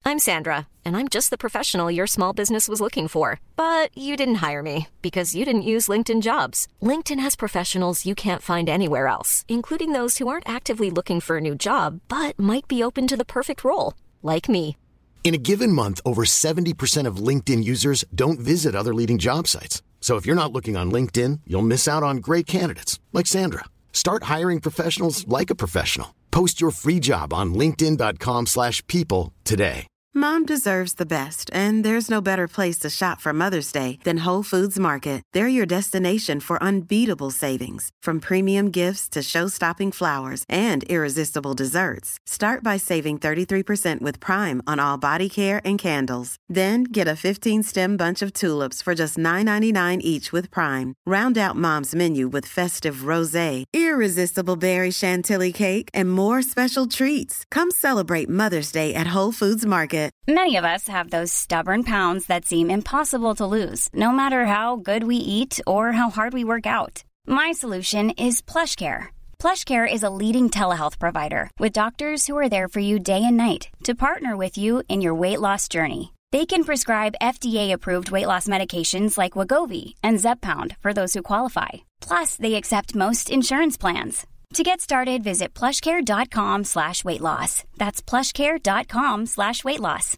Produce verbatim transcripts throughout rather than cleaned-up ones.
I'm Sandra, and I'm just the professional your small business was looking for. But you didn't hire me because you didn't use LinkedIn Jobs. LinkedIn has professionals you can't find anywhere else, including those who aren't actively looking for a new job, but might be open to the perfect role, like me. In a given month, over seventy percent of LinkedIn users don't visit other leading job sites. So if you're not looking on LinkedIn, you'll miss out on great candidates like Sandra. Start hiring professionals like a professional. Post your free job on linkedin dot com slash people today. Mom deserves the best, and there's no better place to shop for Mother's Day than Whole Foods Market. They're your destination for unbeatable savings, from premium gifts to show-stopping flowers and irresistible desserts. Start by saving thirty-three percent with Prime on all body care and candles. Then get a fifteen-stem bunch of tulips for just nine ninety-nine each with Prime. Round out Mom's menu with festive rosé, irresistible berry chantilly cake, and more special treats. Come celebrate Mother's Day at Whole Foods Market. Many of us have those stubborn pounds that seem impossible to lose, no matter how good we eat or how hard we work out. My solution is PlushCare. PlushCare is a leading telehealth provider with doctors who are there for you day and night to partner with you in your weight loss journey. They can prescribe F D A-approved weight loss medications like Wegovy and Zepbound for those who qualify. Plus, they accept most insurance plans. To get started, visit plushcare.com slash weight loss. That's plushcare.com slash weight loss.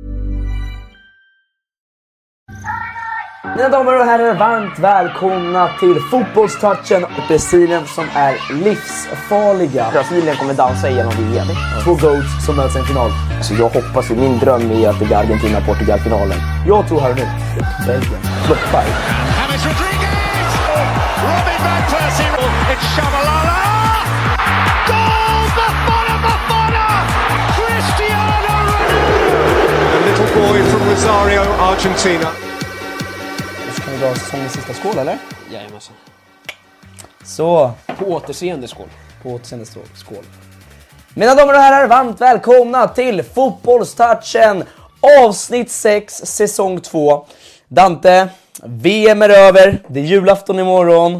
Mina damer och herrar, varmt välkomna till fotbollstouchen och Brasilien som är livsfarliga. Brasilien kommer dansa igenom V M. Två goats som möts i en final. Så jag hoppas, min dröm är att det blir Argentina-Portugal-finalen. Jag tror här och nu, Belgien floppar. James Rodriguez! Robin van Persie! It's Shabalala! Goal! Bafana, Bafana! Cristiano Ronaldo! A little boy from Rosario, Argentina. Ska vi dra säsongens sista skål, eller? Jajamensan. Så. På återseende skål. På återseende skål. Mina damer och herrar, varmt välkomna till fotbollstouchen. Avsnitt sex, säsong två. Dante, V M är över. Det är julafton imorgon.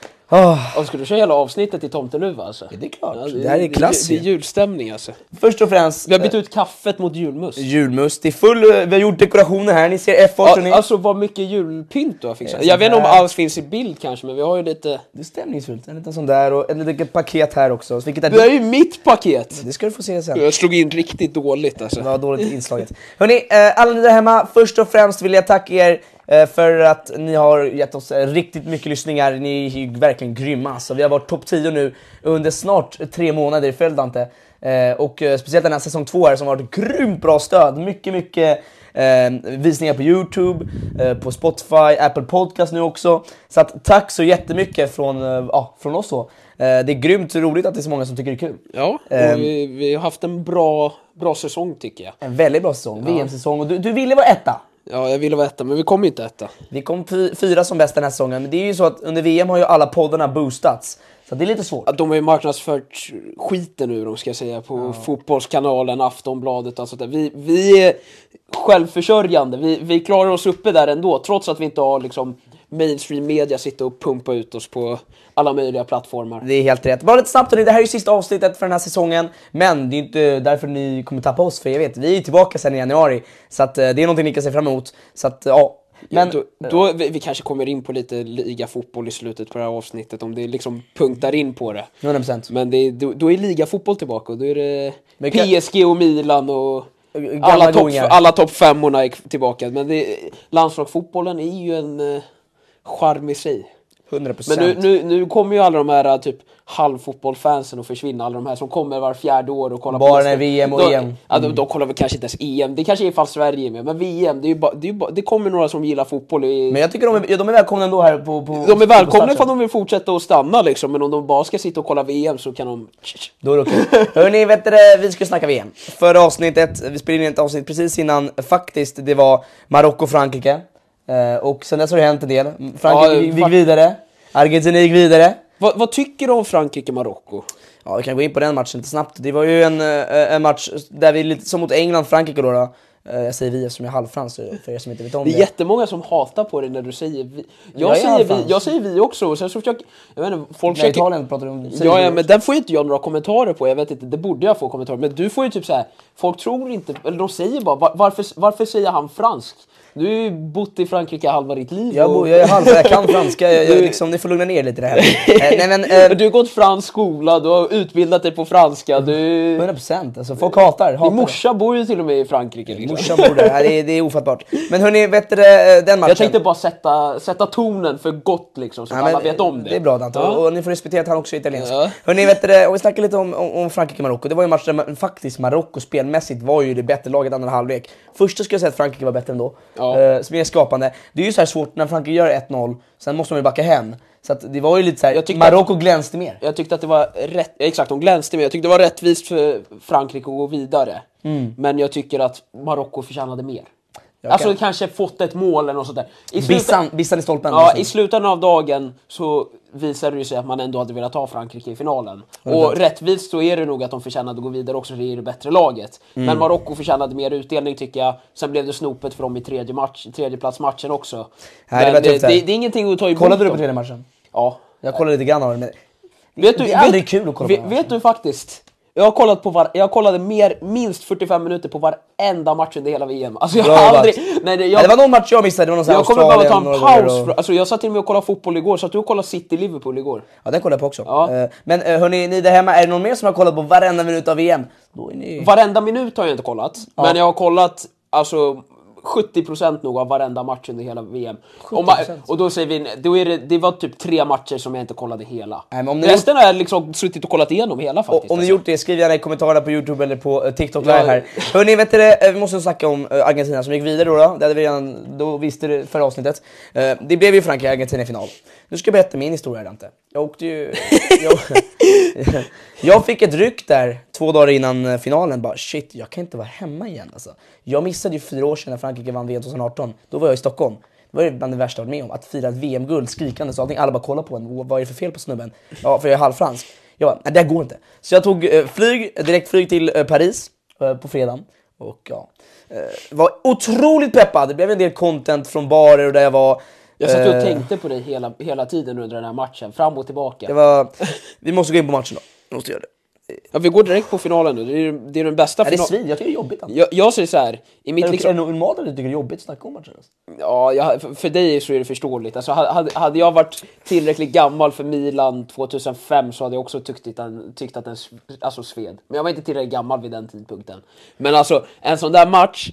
Oh. Och ska du köra hela avsnittet i tomteluva alltså? Ja, det är klart. Ja, det, det här är klassiskt. Det, det är julstämning alltså. Först och främst. Vi har bytt ut kaffet mot julmust. Julmust. Det är full, vi har gjort dekorationer här. Ni ser F åtta. Ja, alltså vad mycket julpynt du har fixat. Jag vet inte om allt finns i bild kanske, men vi har ju lite... Det är stämningsfullt. En liten sån där och ett litet paket här också. Vilket är... Det är ju mitt paket. Det ska du få se sen. Jag slog in riktigt dåligt alltså. Det var dåligt inslaget. Hörrni, alla ni där hemma. Först och främst vill jag tacka er för att ni har gett oss riktigt mycket lyssningar. Ni är verkligen grymma. Så vi har varit topp tio nu under snart tre månader i följd, Dante. Och speciellt den här säsong två här som har varit grymt bra stöd. Mycket, mycket eh, visningar på YouTube, eh, på Spotify, Apple Podcast nu också. Så att tack så jättemycket från, eh, ja, från oss så. Det är grymt roligt att det är så många som tycker det är kul. Ja, och vi, vi har haft en bra, bra säsong tycker jag. En väldigt bra säsong, ja. V M-säsong. Och du, du ville vara etta. Ja, jag ville vara etta, men vi kom inte etta. Vi kom fyra som bäst den här säsongen. Men det är ju så att under V M har ju alla poddarna boostats. Så det är lite svårt. Att de har ju marknadsfört skiten nu, de ska jag säga, på ja. Fotbollskanalen, Aftonbladet och sånt där. Vi, vi är självförsörjande. Vi, vi klarar oss uppe där ändå, trots att vi inte har liksom mainstream media sitta och pumpa ut oss på alla möjliga plattformar. Det är helt rätt. Bara lite snabbt, det här är ju sista avsnittet för den här säsongen. Men det är inte därför ni kommer tappa oss, för jag vet, vi är tillbaka sen i januari. Så att det är någonting ni kan se fram emot. Så att, ja. Men, ja, då, då vi, vi kanske kommer in på lite ligafotboll i slutet på det här avsnittet, om det liksom punktar in på det. hundra procent. Men det, då, då är ligafotboll tillbaka, och då är det P S G och Milan och alla topp alla topp femmorna är tillbaka. Men det, landslagsfotbollen är ju en uh, charm i sig. hundra procent. Men nu, nu, nu kommer ju alla de här typ halvfotbollfansen att försvinna. Alla de här som kommer var fjärde år och kollar bara på när V M och då, E M. Mm. Ja, de, de kollar väl kanske inte ens E M. Det kanske är ifall Sverige är med. Men V M, det, är ju ba, det, är ju ba, det kommer några som gillar fotboll. I... Men jag tycker de är, de är välkomna ändå här på... på de är välkomna för att de vill fortsätta att stanna liksom. Men om de bara ska sitta och kolla V M så kan de... Då är det okej. Hörrni, vet du, vi ska snacka V M. Förra avsnittet, vi spelade in ett avsnitt precis innan faktiskt det var Marocko-Frankrike. Uh, och sen dess har det hänt en del. Frankrike ja, gick vidare. Argentina gick vidare. Vad, vad tycker du om Frankrike-Marocko? Ja, vi kan gå in på den matchen lite snabbt. Det var ju en, en match där vi lite som mot England, Frankrike då, då Uh, jag säger vi eftersom jag är halvfrans, för er som inte vet om det. Det är jättemånga som hatar på det när du säger vi. Jag, jag säger, vi, jag säger vi också. Och sen så försöker, jag vet inte, folk försöker... Italien pratar om... Ja, ja, men den får ju inte jag några kommentarer på. Jag vet inte, det borde jag få kommentarer. Men du får ju typ så här, folk tror inte, eller de säger bara, var, varför, varför säger han fransk? Du har ju bott i Frankrike halva ditt liv. Jag, bo, jag är halva, jag kan franska. Jag, jag, liksom, ni får lugna ner lite det här. eh, nej, men, eh, du har gått fransk skola, du har utbildat dig på franska. Du... hundra procent. Alltså, folk hatar. hatar Din morsa bor ju till och med i Frankrike. Liksom. Morsa bor där. Det är, det är ofattbart. Men hörni, vet du den matchen? Jag tänkte bara sätta, sätta tonen för gott liksom, så att ja, alla vet om det. Det är bra, Dante. Ja. Och, och ni får respektera att han också är italiensk. Ja. Hörni, vet du, och vi snackar lite om, om, om Frankrike-Marocko. Det var ju en match där faktiskt Marocko spelmässigt var ju det bättre laget andra halvlek. Första skulle jag säga att Frankrike var bättre ändå. Ja. Uh, som är skapande. Det är ju så här svårt när Frankrike gör ett noll, sen måste man ju backa hem. Så att det var ju lite så här, Marocko glänste mer. Jag tyckte att det var rätt, exakt, de glänste mer. Jag tyckte det var rättvist för Frankrike att gå vidare. Mm. Men jag tycker att Marocko förtjänade mer. Jag alltså kan... kanske fått ett mål eller något sånt där. I slutet... Bissan, bissan i stolpen. Ja, liksom. I slutändan av dagen så visade det sig att man ändå hade velat ha Frankrike i finalen. Mm. Och rättvist så är det nog att de förtjänade att gå vidare också, det är det bättre laget. Mm. Men Marocko förtjänade mer utdelning tycker jag. Sen blev det snopet för dem i tredje, match, tredje platsmatchen också. Nej, men det, det, det, det är ingenting att ta emot. Kollade du på tredje matchen? Ja. Jag kollade lite grann av det, men vet du, det är aldrig vet, kul att kolla vet, på. Vet du faktiskt... Jag har kollat på var, jag kollade mer minst fyrtiofem minuter på varenda match under hela V M. Alltså jag har aldrig nej, det, jag, det var någon match jag missade, det var någon jag kommer behöva ta en paus. Och... Alltså jag satt till mig och kollade fotboll igår, så att du kollade City Liverpool igår. Ja, den kollade jag på också. Ja. Men hörni, ni där hemma, är det någon mer som har kollat på varenda minut av V M? Då är ni... Varenda minut har jag inte kollat, ja. Men jag har kollat alltså sjuttio procent nog av varenda match under hela V M. Och, och då säger vi, då är det, det var typ tre matcher som jag inte kollade hela. Nej, om resten gjort... har jag liksom suttit och kollat igenom hela faktiskt. Och, om alltså. ni gjort det, skriv gärna i kommentarerna på YouTube eller på TikTok live här. Hörrni, vet du, vi måste snacka om Argentina som gick vidare då. Då, det hade vi redan, då visste det förra avsnittet. Det blev ju Frankrike Argentina i final. Nu ska jag berätta min historia, Dante. Jag åkte ju... jag, jag fick ett ryck där två dagar innan finalen. Bara shit, jag kan inte vara hemma igen alltså. Jag missade ju fyra år sedan när Frankrike vann V M tjugo arton. Då var jag i Stockholm. Det var ju bland det värsta jag varit med om. Att fira ett V M-guld skrikande så allting. Alla bara kollar på en. Vad är det för fel på snubben? Ja, för jag är halvfransk. Jag bara, nej det går inte. Så jag tog eh, flyg, direkt flyg till eh, Paris eh, på fredagen. Och ja, eh, var otroligt peppad. Det blev en del content från barer och där jag var... Jag satt och tänkte på dig hela, hela tiden under den här matchen, fram och tillbaka. Det var, vi måste gå in på matchen då. Vi måste göra det. Ja, vi går direkt på finalen nu. Det är, det är den bästa finalen. Är det svin? Jag tycker det är jobbigt. Jag, jag säger så här. I mitt är det liksom... normalt att du tycker det är jobbigt att snacka om matchen? Ja, jag, för, för dig så är det förståeligt. Alltså, hade, hade jag varit tillräckligt gammal för Milan tjugohundrafem så hade jag också tyckt att den, tyckt att den alltså, sved. Men jag var inte tillräckligt gammal vid den tidpunkten. Men alltså, en sån där match...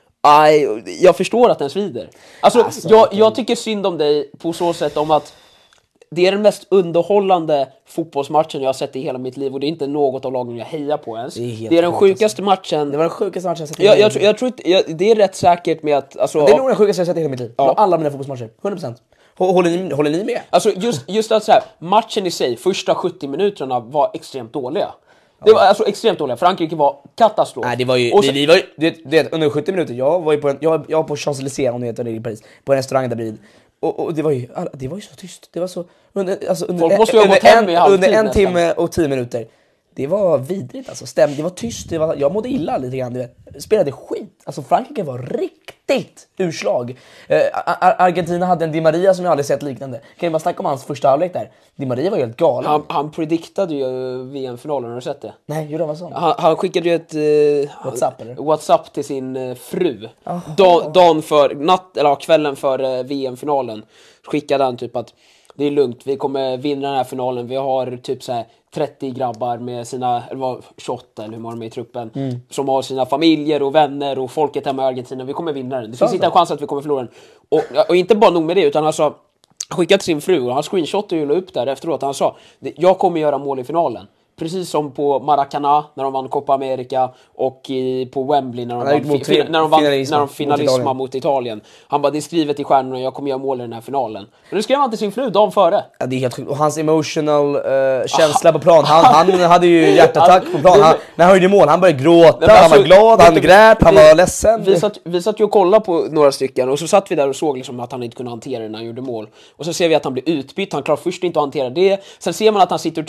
Aj, jag förstår att den svider. Alltså, alltså jag, jag tycker synd om dig på så sätt om att det är den mest underhållande fotbollsmatchen jag har sett i hela mitt liv. Och det är inte något av lagen jag hejar på ens. Det är, det är den sjukaste matchen. Det var den sjukaste matchen jag sett i jag, jag, jag, jag tror inte, jag, det är rätt säkert med att... Alltså, det är nog den sjukaste jag sett i hela mitt liv. Ja. Alla mina fotbollsmatcher, hundra procent. Håller ni, håller ni med? Alltså just, just att så här, matchen i sig, första sjuttio minuterna var extremt dåliga. Det var alltså extremt dåliga. Frankrike var katastrof. Nej, det var ju, och så, vi, vi var ju det, det, under sjuttio minuter. Jag var ju på en, jag, jag var på Champs-Élysées om det heter i Paris, på en restaurang där bredvid. Och, och det var ju det var ju så tyst. Det var så under alltså under, Folk måste ju ha under, gått hem en, i halvtid, under en nästan. timme och tio minuter. Det var vidrigt alltså. Stäm, det var tyst. Det var, jag mådde illa lite grann, du vet. Spelade skit. Alltså Frankrike var riktigt urslag. Eh, Ar- Argentina hade en Di Maria som jag aldrig sett liknande. Kan vi bara snacka om hans första halvlek där? Di Maria var helt galen. Han, han prediktade ju V M-finalen, har du sett det? Nej, gjorde han vad sånt? Han, han skickade ju ett eh, WhatsApp, eller? WhatsApp till sin eh, fru. Da, dagen för, natt, eller kvällen för eh, V M-finalen skickade han typ att det är lugnt, vi kommer vinna den här finalen. Vi har typ så här trettio grabbar med sina, eller vad, tjugoåtta eller hur många de är i truppen, mm. som har sina familjer och vänner och folket hemma i Argentina. Vi kommer vinna den. Det finns inte en chans att vi kommer förlora den. Och, och inte bara nog med det, utan alltså, han skickade till sin fru och han screenshotade ju upp där efteråt. Han sa, jag kommer göra mål i finalen. Precis som på Maracanã när de vann Copa America och i, på Wembley när de vann, mot, fi, när de vann finalisma, när de finalisma mot, Italien. mot Italien. Han bara, det är skrivet i stjärnorna, jag kommer göra mål i den här finalen. Men nu skrev han till sin fru dagen före. Ja, det är helt sjukt. Och hans emotional uh, känsla på plan. Han, han hade ju hjärtattack på plan. Han, när han gjorde mål, han började gråta, men han var alltså, glad, han grät, han var ledsen. Vi satt, vi satt ju och kollade på några stycken och så satt vi där och såg liksom att han inte kunde hantera det när han gjorde mål. Och så ser vi att han blir utbytt, han klarar först inte att hantera det. Sen ser man att han sitter och typ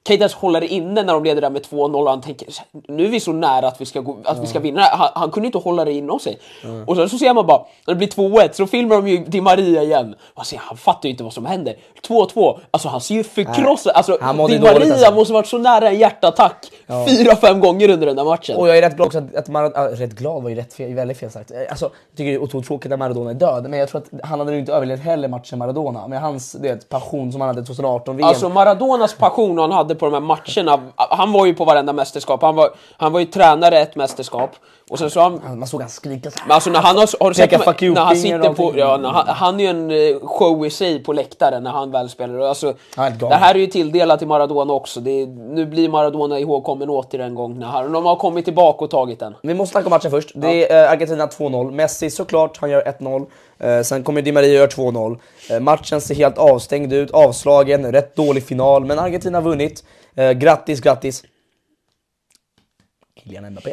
kan inte ens hålla det inne när de leder där med två noll och han tänker, nu är vi så nära att vi ska, gå, att vi ska vinna. Han, han kunde inte hålla det inom sig. Mm. Och sen så ser man bara, när det blir två ett så filmar de ju Di Maria igen. Och ser, han fattar ju inte vad som händer. två två, alltså han ser ju förkrossad. Alltså Di Maria alltså. måste varit så nära en hjärtattack ja. fyra, fem gånger under den där matchen. Och jag är rätt glad också att, att Maradona, äh, rätt glad var ju rätt fel, väldigt fel sagt. Alltså, jag tycker det är otroligt tråkigt att Maradona är död, men jag tror att han hade ju inte överlevt heller matchen Maradona. Men hans det, passion som han hade tjugo arton V M. Alltså Maradonas passion han hade på de här matcherna, han var ju på varenda mästerskap. Han var, han var ju tränare ett mästerskap. Och sen så han, man såg han skrika så här. Men alltså när han har, har du sett med, när han sitter på ja, när han, han är ju en show i sig på läktaren när han väl spelar. Alltså det här är ju tilldelat till Maradona också. Det är, nu blir Maradona ihågkommen åter en gång när han, de har kommit tillbaka och tagit den. Vi måste snacka om matchen först. Det är äh, Argentina två noll. Messi såklart, han gör ett noll. Uh, sen kommer Di Maria gör två noll. Uh, matchen ser helt avstängd ut, avslagen, rätt dålig final, men Argentina har vunnit. Uh, grattis, grattis. Kylian Mbappé.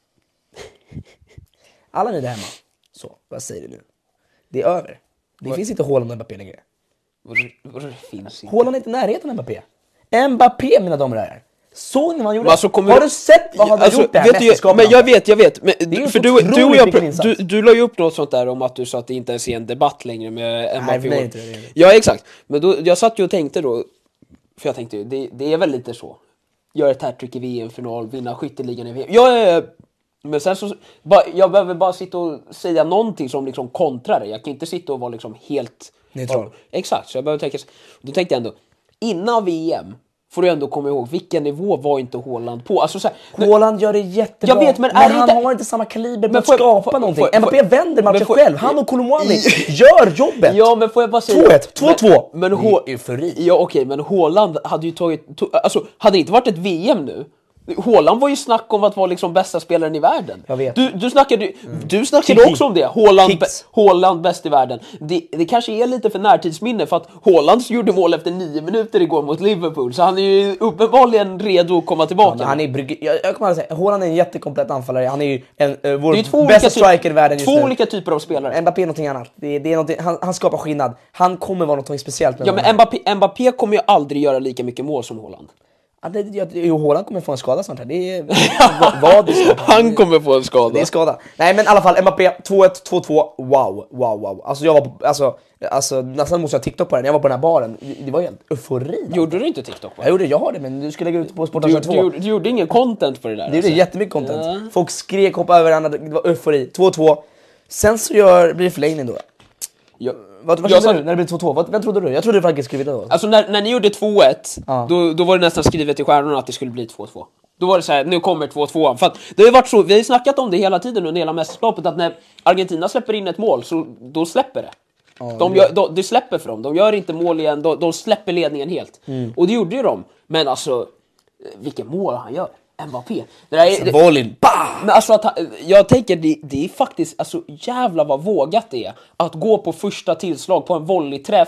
Alla ni där hemma. Så, vad säger du nu? Det är över. Det vad? Finns inte Haaland och Mbappé längre. Vad, vad det finns inte? Haaland är inte i närheten av Mbappé. Mbappé, mina damer och herrar. Såg ni vad han gjorde? Alltså, har du, du sett vad han alltså, har gjort det här mästerskapet? Men jag vet, jag vet. Men, för du, du, och jag, du, du la ju upp något sånt där om att du sa att det inte ens är en debatt längre med Mbappé. Nej, inte det. Ja, exakt. Men då, jag satt ju och tänkte då, för jag tänkte ju, det, det är väl lite så. Gör ett hattrick i V M-final, vinna skytteligan i V M. Ja, ja, ja. Men sen så, bara, jag behöver bara sitta och säga någonting som liksom kontrar det. Jag kan inte sitta och vara liksom helt neutral. Bara, exakt, så jag behöver tänka. Då tänkte jag ändå, innan V M får du ändå komma ihåg vilken nivå var inte Haaland på. Alltså, så här, Haaland gör det jättebra. Jag vet, men, men är han inte... har inte samma kaliber på men att skapa jag, någonting. får, Mbappé vänder matchen får, själv. Han och Kolomwani gör jobbet. Ja, men får jag bara säga två ett, två två. Men, men H- ja, okej, men Haaland hade ju tagit to- alltså hade det inte varit ett V M nu. Haaland var ju snack om att vara liksom bästa spelaren i världen. Jag vet. Du, du snackade, mm. du snackade också om det. Haaland, be- Haaland bäst i världen. Det, det kanske är lite för närtidsminne för att Haaland gjorde mål efter nio minuter igår mot Liverpool. Så han är ju uppenbarligen redo att komma tillbaka. Ja, han är brygg- jag, jag kommer att säga, Haaland är en jättekomplett anfallare. Han är ju en, uh, vår det är två bästa striker i världen just två nu. Två olika typer av spelare. Mbappé är någonting annat. Det är, det är någonting, han, han skapar skillnad. Han kommer vara något speciellt med Ja, men Mbappé, Mbappé kommer ju aldrig göra lika mycket mål som Haaland. Ja, det, jag, jo, Haaland kommer få en skada snart här. Det är vad, vad det är. Han kommer få en skada. Det är skada. Nej, men i alla fall Mbappé två ett, två två. Wow, wow, wow. Alltså jag var på, alltså alltså nästan måste jag TikTok på den. Jag var på den här baren. Det var helt eufori. Gjorde du inte TikTok på? Jag gjorde, jag har det, men du skulle lägga ut på Sport du, du, du gjorde ingen content på det där. Det gjorde alltså. Jättemycket content. Ja. Folk skrek, hoppade över varandra. Det var eufori. två två. Sen så gör, blir det förlängning då. Ja. Vad, vad kände du när det blev två två? Vad, vad trodde du? Jag trodde du faktiskt skrivit det då. Alltså när, när ni gjorde två ett, ja. då, då var det nästan skrivet i stjärnorna att det skulle bli två två. Då var det så här, nu kommer två två. För att det har ju varit så, vi har ju snackat om det hela tiden under hela mästerskapet, att när Argentina släpper in ett mål så då släpper det. Ja, de gör, de, det släpper för dem, de gör inte mål igen, de, de släpper ledningen helt. Mm. Och det gjorde ju de. Men alltså, vilken mål han gör. Mbappé. Det där är, det, Volin. Men alltså att, jag tänker det, det är faktiskt alltså jävla vad vågat det är att gå på första tillslag på en volleyträff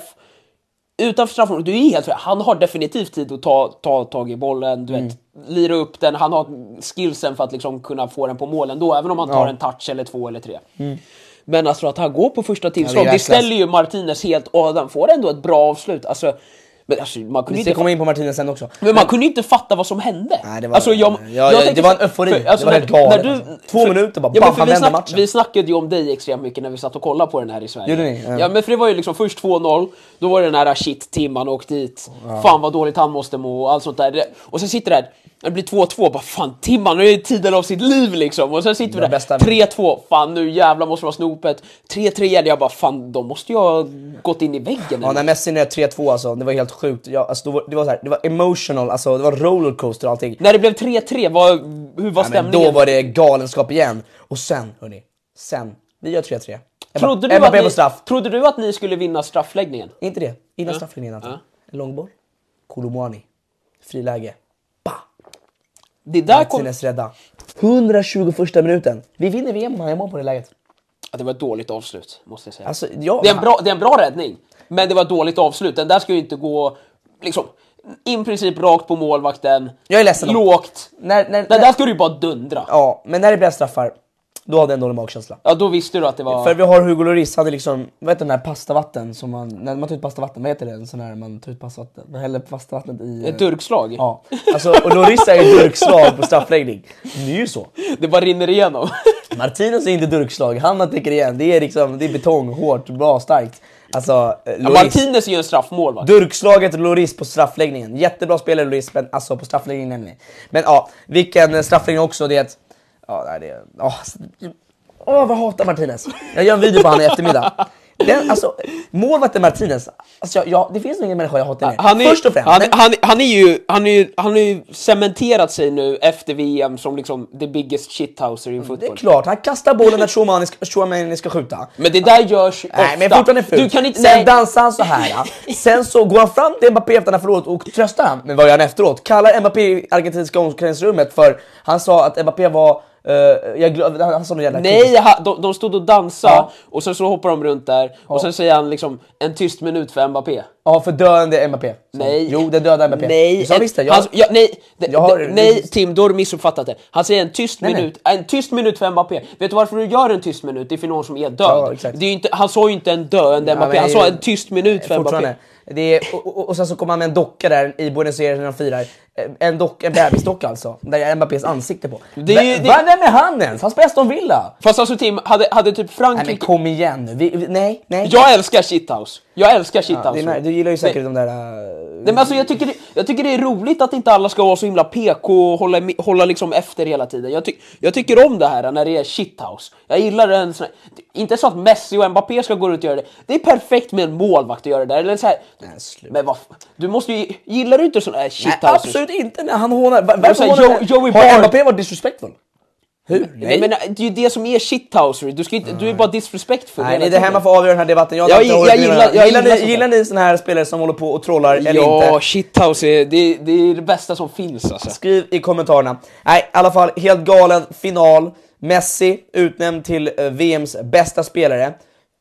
utanför straffområdet. Du är helt rätt. Han har definitivt tid att ta, ta tag i bollen, du mm. vet, lira upp den. Han har skillsen för att liksom kunna få den på målen då, även om han tar ja. en touch eller två eller tre. Mm. Men alltså att han går på första tillslag, ja, det, det ställer ju Martinez helt, och han får ändå ett bra avslut. Alltså men alltså, man kunde vi inte komma in på Martinez sen också. Men, men man kunde inte fatta vad som hände. Nej, det var, alltså, jag, ja, jag det var en eufori. För, alltså, det var helt galet. När du, Två för, minuter bara, ja, bam, han vände snack, matchen. Vi snackade ju om dig extremt mycket när vi satt och kollade på den här i Sverige. Gjorde ni? Ja. ja, men för det var ju liksom först två noll. Då var det den här shit, Timman åkte dit. Ja. Fan vad dåligt han måste må och allt sånt där. Och sen sitter det här, det blir två två, bara fan Timman, nu är det tiden av sitt liv liksom. Och sen sitter vi där, tre två, fan nu jävla måste vara snopet. tre tre igen, jag bara fan, de måste ju ha gått in i väggen. Ja, när Messi är tre två alltså, det var helt sjukt. Jag, alltså, det var, det var så här, det var emotional, alltså det var rollercoaster och allting. När det blev tre tre, var, hur var ja, stämningen? Då var det galenskap igen. Och sen, hörni, sen, vi gör tre tre. Trodde du, att ni, trodde du att ni skulle vinna straffläggningen? Inte det, innan ja. straffläggningen alltså. Ja. En långboll, Kolomwani, friläge. Det där Martinez kom... rädda. hundratjugo första minuten. Vi vinner V M om han är mål på det läget. Ja, det var ett dåligt avslut, måste jag säga. Alltså, ja, det, är en bra, det är en bra räddning, men det var ett dåligt avslut. Den där ska ju inte gå liksom i princip rakt på målvakten. Jag är ledsen. Lågt. När, när, den där ska du ju bara dundra. Ja, men när det blir straffar. Då hade jag en dålig magkänsla. Ja, då visste du att det var... För vi har Hugo Lloris, hade liksom, vad heter den här pastavatten som man, när man tar ut pastavatten, vad heter det? En sån här man tar ut pastavatten, man häller pastavattnet i... Ett durkslag? Ja, alltså, och Lloris är ju durkslag på straffläggning. Det är ju så. Det bara rinner igenom. Martinez är inte durkslag, han täcker igen. Det är liksom, det är betong, hårt, bra, starkt. Alltså, ja, Martinez är ju en straffmål, va? Durkslaget Lloris på straffläggningen. Jättebra spelare Lloris, men alltså på straffläggningen nämligen. Men ja, vilken straffläggning också, det är ett... Ja, det är... Åh, åh, vad hatar Martinez. Jag gör en video på han i eftermiddag. Den, alltså, målvakten Martinez, alltså, jag, jag, det finns ingen människa jag hatar mer. Han är, Först och främst. Han, men... han, han, är ju, han, är ju, han är ju cementerat sig nu efter V M som liksom the biggest shithouser i fotboll. Det är klart, han kastar bollen när Tchouameni ska, Tchouameni ska skjuta. Men det där görs ofta. Nej, men fortfarande fult. Du kan inte, sen nej. dansar han så här. Ja. Sen så går han fram till Mbappé efter den här förlåt och tröstar han. Men vad gör han efteråt? Kallar Mbappé i argentinska omklädningsrummet för han sa att Mbappé var... Uh, jag glöm, han sa någon jävla Nej, ha, de, de stod och dansade, ja. Och sen så hoppar de runt där, ja. Och sen säger han liksom en tyst minut för Mbappé. Ja, för dödande Mbappé. Så. Nej. Jo, det dödade Mbappé. Nej, så visst det. Jag... Han, ja, nej, det, jag har... nej, Tim, då har du missuppfattat det. Han säger en tyst nej, minut, nej. en tyst minut för Mbappé. Vet du varför du gör en tyst minut? Det är för någon som är död. Ja, det är ju inte, han sa ju inte en dödande Mbappé, han sa en tyst minut för Mbappé. Det är, och, och, och sen så kommer han med en docka där i Buenos Aires när de firar. En, dock, en bebisdocka alltså, där är Mbappés ansikte på. Det är, v- vad är med han ens? Han spelar Aston Villa. Fast alltså Tim, hade, hade typ Frankrike... Nej men kom igen nu, vi, vi, nej, nej. Jag älskar shithouse. Jag älskar shithouse. Ja, du gillar ju säkert men, de där... Uh... Nej men alltså jag tycker, det, jag tycker det är roligt att inte alla ska vara så himla P K och hålla, hålla liksom efter hela tiden. Jag, ty, jag tycker om det här när det är shithouse. Jag gillar en sån här, inte så att Messi och Mbappé ska gå ut och göra det. Det är perfekt med en målvakt att göra det där. Eller så här, nej, men vad, du måste ju, gillar du inte sån här shithouse? Nej, absolut inte. När han hånar, varför hånar jo, Joey har Mbappé varit disrespectful? Hur? Nej. Men det är ju det som är shithouser. Du ska inte, du är bara disrespectful. Nej, det är hemma för att avgöra den här debatten. Jag, jag, jag, jag gillar, jag gillar, gillar, ni, gillar ni såna här spelare som håller på och trollar eller ja, inte? Ja, shithouse är det, det är det bästa som finns alltså. Skriv i kommentarerna. Nej, i alla fall helt galen final. Messi utnämnd till uh, V M:s bästa spelare.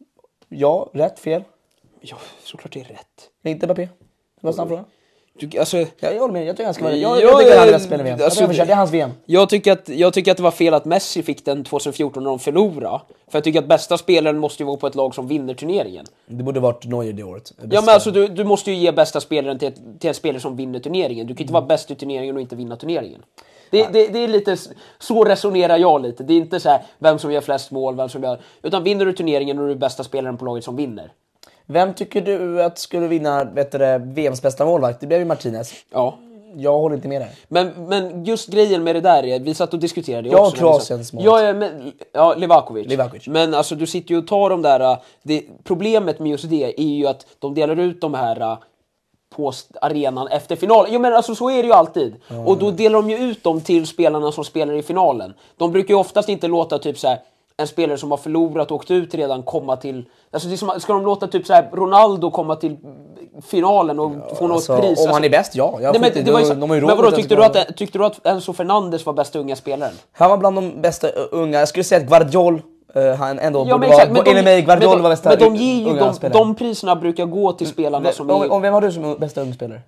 Ja, rätt, fel? Ja, såklart det är rätt. Inte Mbappé. Vad snabb fråga? Du, alltså, ja, jag håller med, jag tycker han ska vara jag, jag, jag tycker han är bäst spelare i V M. Alltså, jag det är hans V M. Jag tycker, att, jag tycker att det var fel att Messi fick den tjugohundrafjorton när de förlorade. För jag tycker att bästa spelaren måste ju vara på ett lag som vinner turneringen. Det borde varit Neuer det året. Ja, men alltså du, du måste ju ge bästa spelaren till, till en spelare som vinner turneringen. Du kan inte mm. vara bäst i turneringen och inte vinna turneringen. Det, det, det är lite, så resonerar jag lite. Det är inte så här vem som gör flest mål, vem som gör... Utan vinner du turneringen och du är bästa spelaren på laget som vinner. Vem tycker du att skulle vinna vet du, V M:s bästa målvakt? Det blev ju Martinez. Ja. Jag håller inte med där. Men, men just grejen med det där är, vi satt och diskuterade det jag också. Jag och Kroatiens mål. Ja, men, ja, Livakovic. Livakovic. Men alltså du sitter ju och tar de där... Det, problemet med just det är ju att de delar ut de här på arenan efter finalen. Jo men alltså så är det ju alltid. Mm. Och då delar de ju ut dem till spelarna som spelar i finalen. De brukar ju oftast inte låta typ så här en spelare som har förlorat och åkt ut redan komma till... Alltså det är som, ska de låta typ så här Ronaldo komma till finalen och ja, få något alltså, pris? Om alltså, han är bäst, ja. Jag nej, men, inte, det var ju så, de, de men vadå, tyckte du, att, tyckte du att Enzo Fernandes var bästa unga spelaren? Han var bland de bästa unga. Jag skulle säga att Guardiol uh, han ändå ja, borde exakt, vara... Enligt mig, Guardiol var bästa men de ger ju unga de, spelare. De priserna brukar gå till spelarna v- som om, är... om vem har du som bästa unga spelare?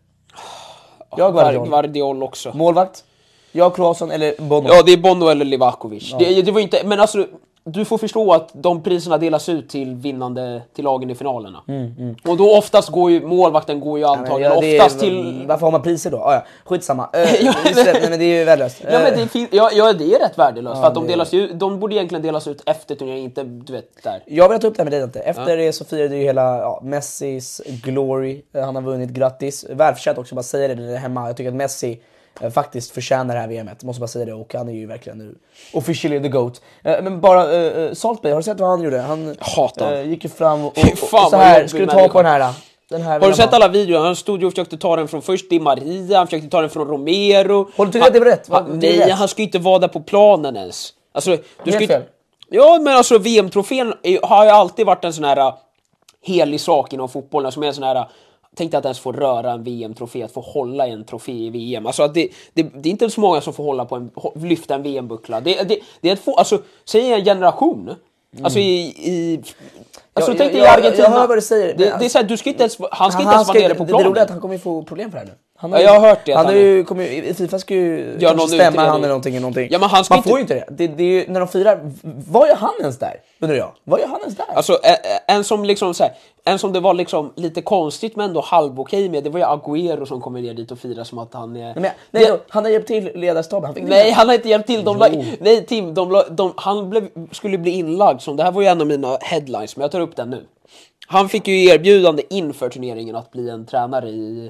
Jag Guardiol. Guardiol också. Målvakt? Jag Kroasen eller Bono? Ja, det är Bono eller Livakovic. Ja. Det, det var inte... Men alltså... Du får förstå att de priserna delas ut till vinnande till lagen i finalerna. Mm, mm. Och då oftast går ju målvakten går ju antagligen ja, ja, oftast är, till... Varför har man priser då? Ah, ja, skitsamma. Uh, ja, men, nej, men det är ju värdelöst. Ja, men det är fin- ja, ja, det är rätt värdelöst. Ja, för att de delas ju, de borde egentligen delas ut efter turneringen, inte du vet där. Jag vill ta upp det här med dig inte. Efter ja. det så firade ju hela ja, Messis glory. Han har vunnit, grattis. Välförtjänt också, bara säga det där hemma. Jag tycker att Messi faktiskt förtjänar det här V M:et, måste bara säga det, och han är ju verkligen nu officially the GOAT. Men bara uh, Saltberg, har du sett vad han gjorde? Han uh, gick ju fram och, och, och så här skulle ta på den här. Den här har du sett alla videor? Han stod ju och försökte ta den från först Di Maria, han försökte ta den från Romero. Håller du att det var rätt? Han, var, nej, rätt? han ska ju inte vara där på planen ens. Alltså, du ska fel. Ja, men alltså V M-trofén har ju alltid varit en sån här uh, helig sak inom fotbollen, som är en sån här... Uh, tänkte att ens få röra en V M-trofé, att få hålla en trofé i V M. Alltså att det, det, det är inte så många som får hålla på en, lyfta en V M-buckla. Det, det, det är ett få, alltså, säg en generation. Mm. Alltså i... i alltså jag, tänk dig jag, i Argentina. Jag hör vad du säger. Det, det är så här, du ska inte ens, han ska han, inte ens vara nere på planen. Det är roligt att han kommer få problem för det här nu. Han ja, jag har hört det. Han, han är ju, kommer ju, i FIFA ska ju ja, kanske stämma han eller någonting, någonting. Ja, men han ska Man inte... får ju inte det. Det, det är ju, när de firar, vad gör han ens där? Undrar jag. Vad gör han ens där? Alltså en, en som liksom så här, en som det var liksom lite konstigt men ändå halv okej med, det var ju Agüero som kommer ner dit och firar som att han är... Nej, men, nej det... han har hjälpt till ledarstaben. Han fick nej, han har inte hjälpt till. De la... Nej, Tim, de la... de... han blev... skulle bli inlagd som, det här var ju en av mina headlines, men jag tar upp den nu. Han fick ju erbjudande inför turneringen att bli en tränare i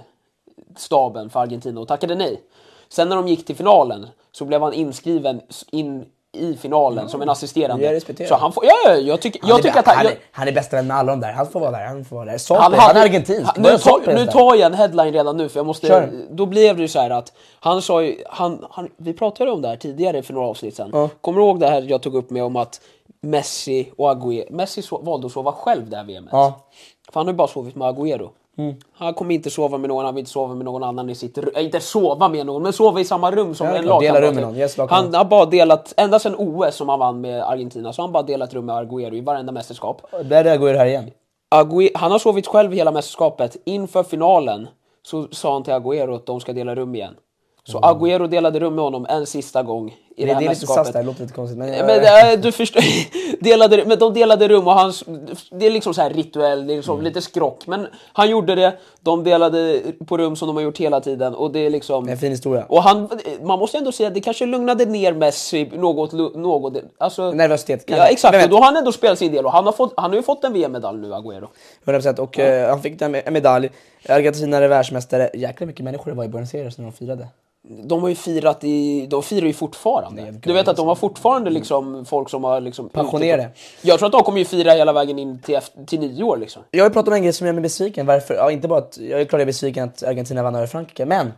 staben för Argentina och tackade nej. Sen när de gick till finalen så blev han inskriven in i finalen mm. som en assisterande. Så han får, ja, ja, jag tycker, jag tycker att han, han, är, jag, han är bästa vän med alla de där. Han får vara där. Han får vara där. Så han, han är argentinsk. Han, nu, ta, nu tar jag en headline redan nu för jag måste. Kör. Då blev det ju så här att han sa ju, han, han, vi pratade om det här tidigare för några avsnitt sedan. Mm. Kommer du ihåg det här jag tog upp med om att Messi och Agüero, Messi so, valde att sova själv det här V M:et. Ja. För han har ju bara sovit med Agüero. Mm. Han kommer inte sova med någon, han vill inte sova med någon annan i sitt rum. Inte sova med någon, men sova i samma rum som ja, en lagkamrat. Yes, han har bara delat, ända sedan O S som han vann med Argentina, så har han bara delat rum med Agüero i varenda mästerskap. Där är Agüero här igen. Agüero, han har sovit själv hela mästerskapet. Inför finalen så sa han till Agüero att de ska dela rum igen. Så mm. Agüero delade rum med honom en sista gång i det, det här det är mästerskapet. Lite det låter lite konstigt. Men, men äh, du förstår, delade, men de delade rum och han, det är liksom så här rituell, det är liksom mm. lite skrock. Men han gjorde det, de delade på rum som de har gjort hela tiden. Och det är liksom... Det är en fin historia. Och han, man måste ändå säga att det kanske lugnade ner Messi något. något alltså, nervositet. Ja, exakt. Och då har han ändå spelat sin del och han har, fått, han har ju fått en V M-medalj nu, Agüero. hundra procent. Och ja. uh, han fick en medalj. Argentina är världsmästare. Jäkla mycket människor var i Buenos Aires när de firade. De har ju firat i, de firar ju fortfarande. Du vet att de har fortfarande liksom folk som har liksom passionerade. Jag tror att de kommer ju fira hela vägen in till, till nio år liksom. Jag har ju pratat om en grej som gör mig besviken. Varför? Ja, inte bara att jag är klart jag är besviken att Argentina vann över Frankrike, men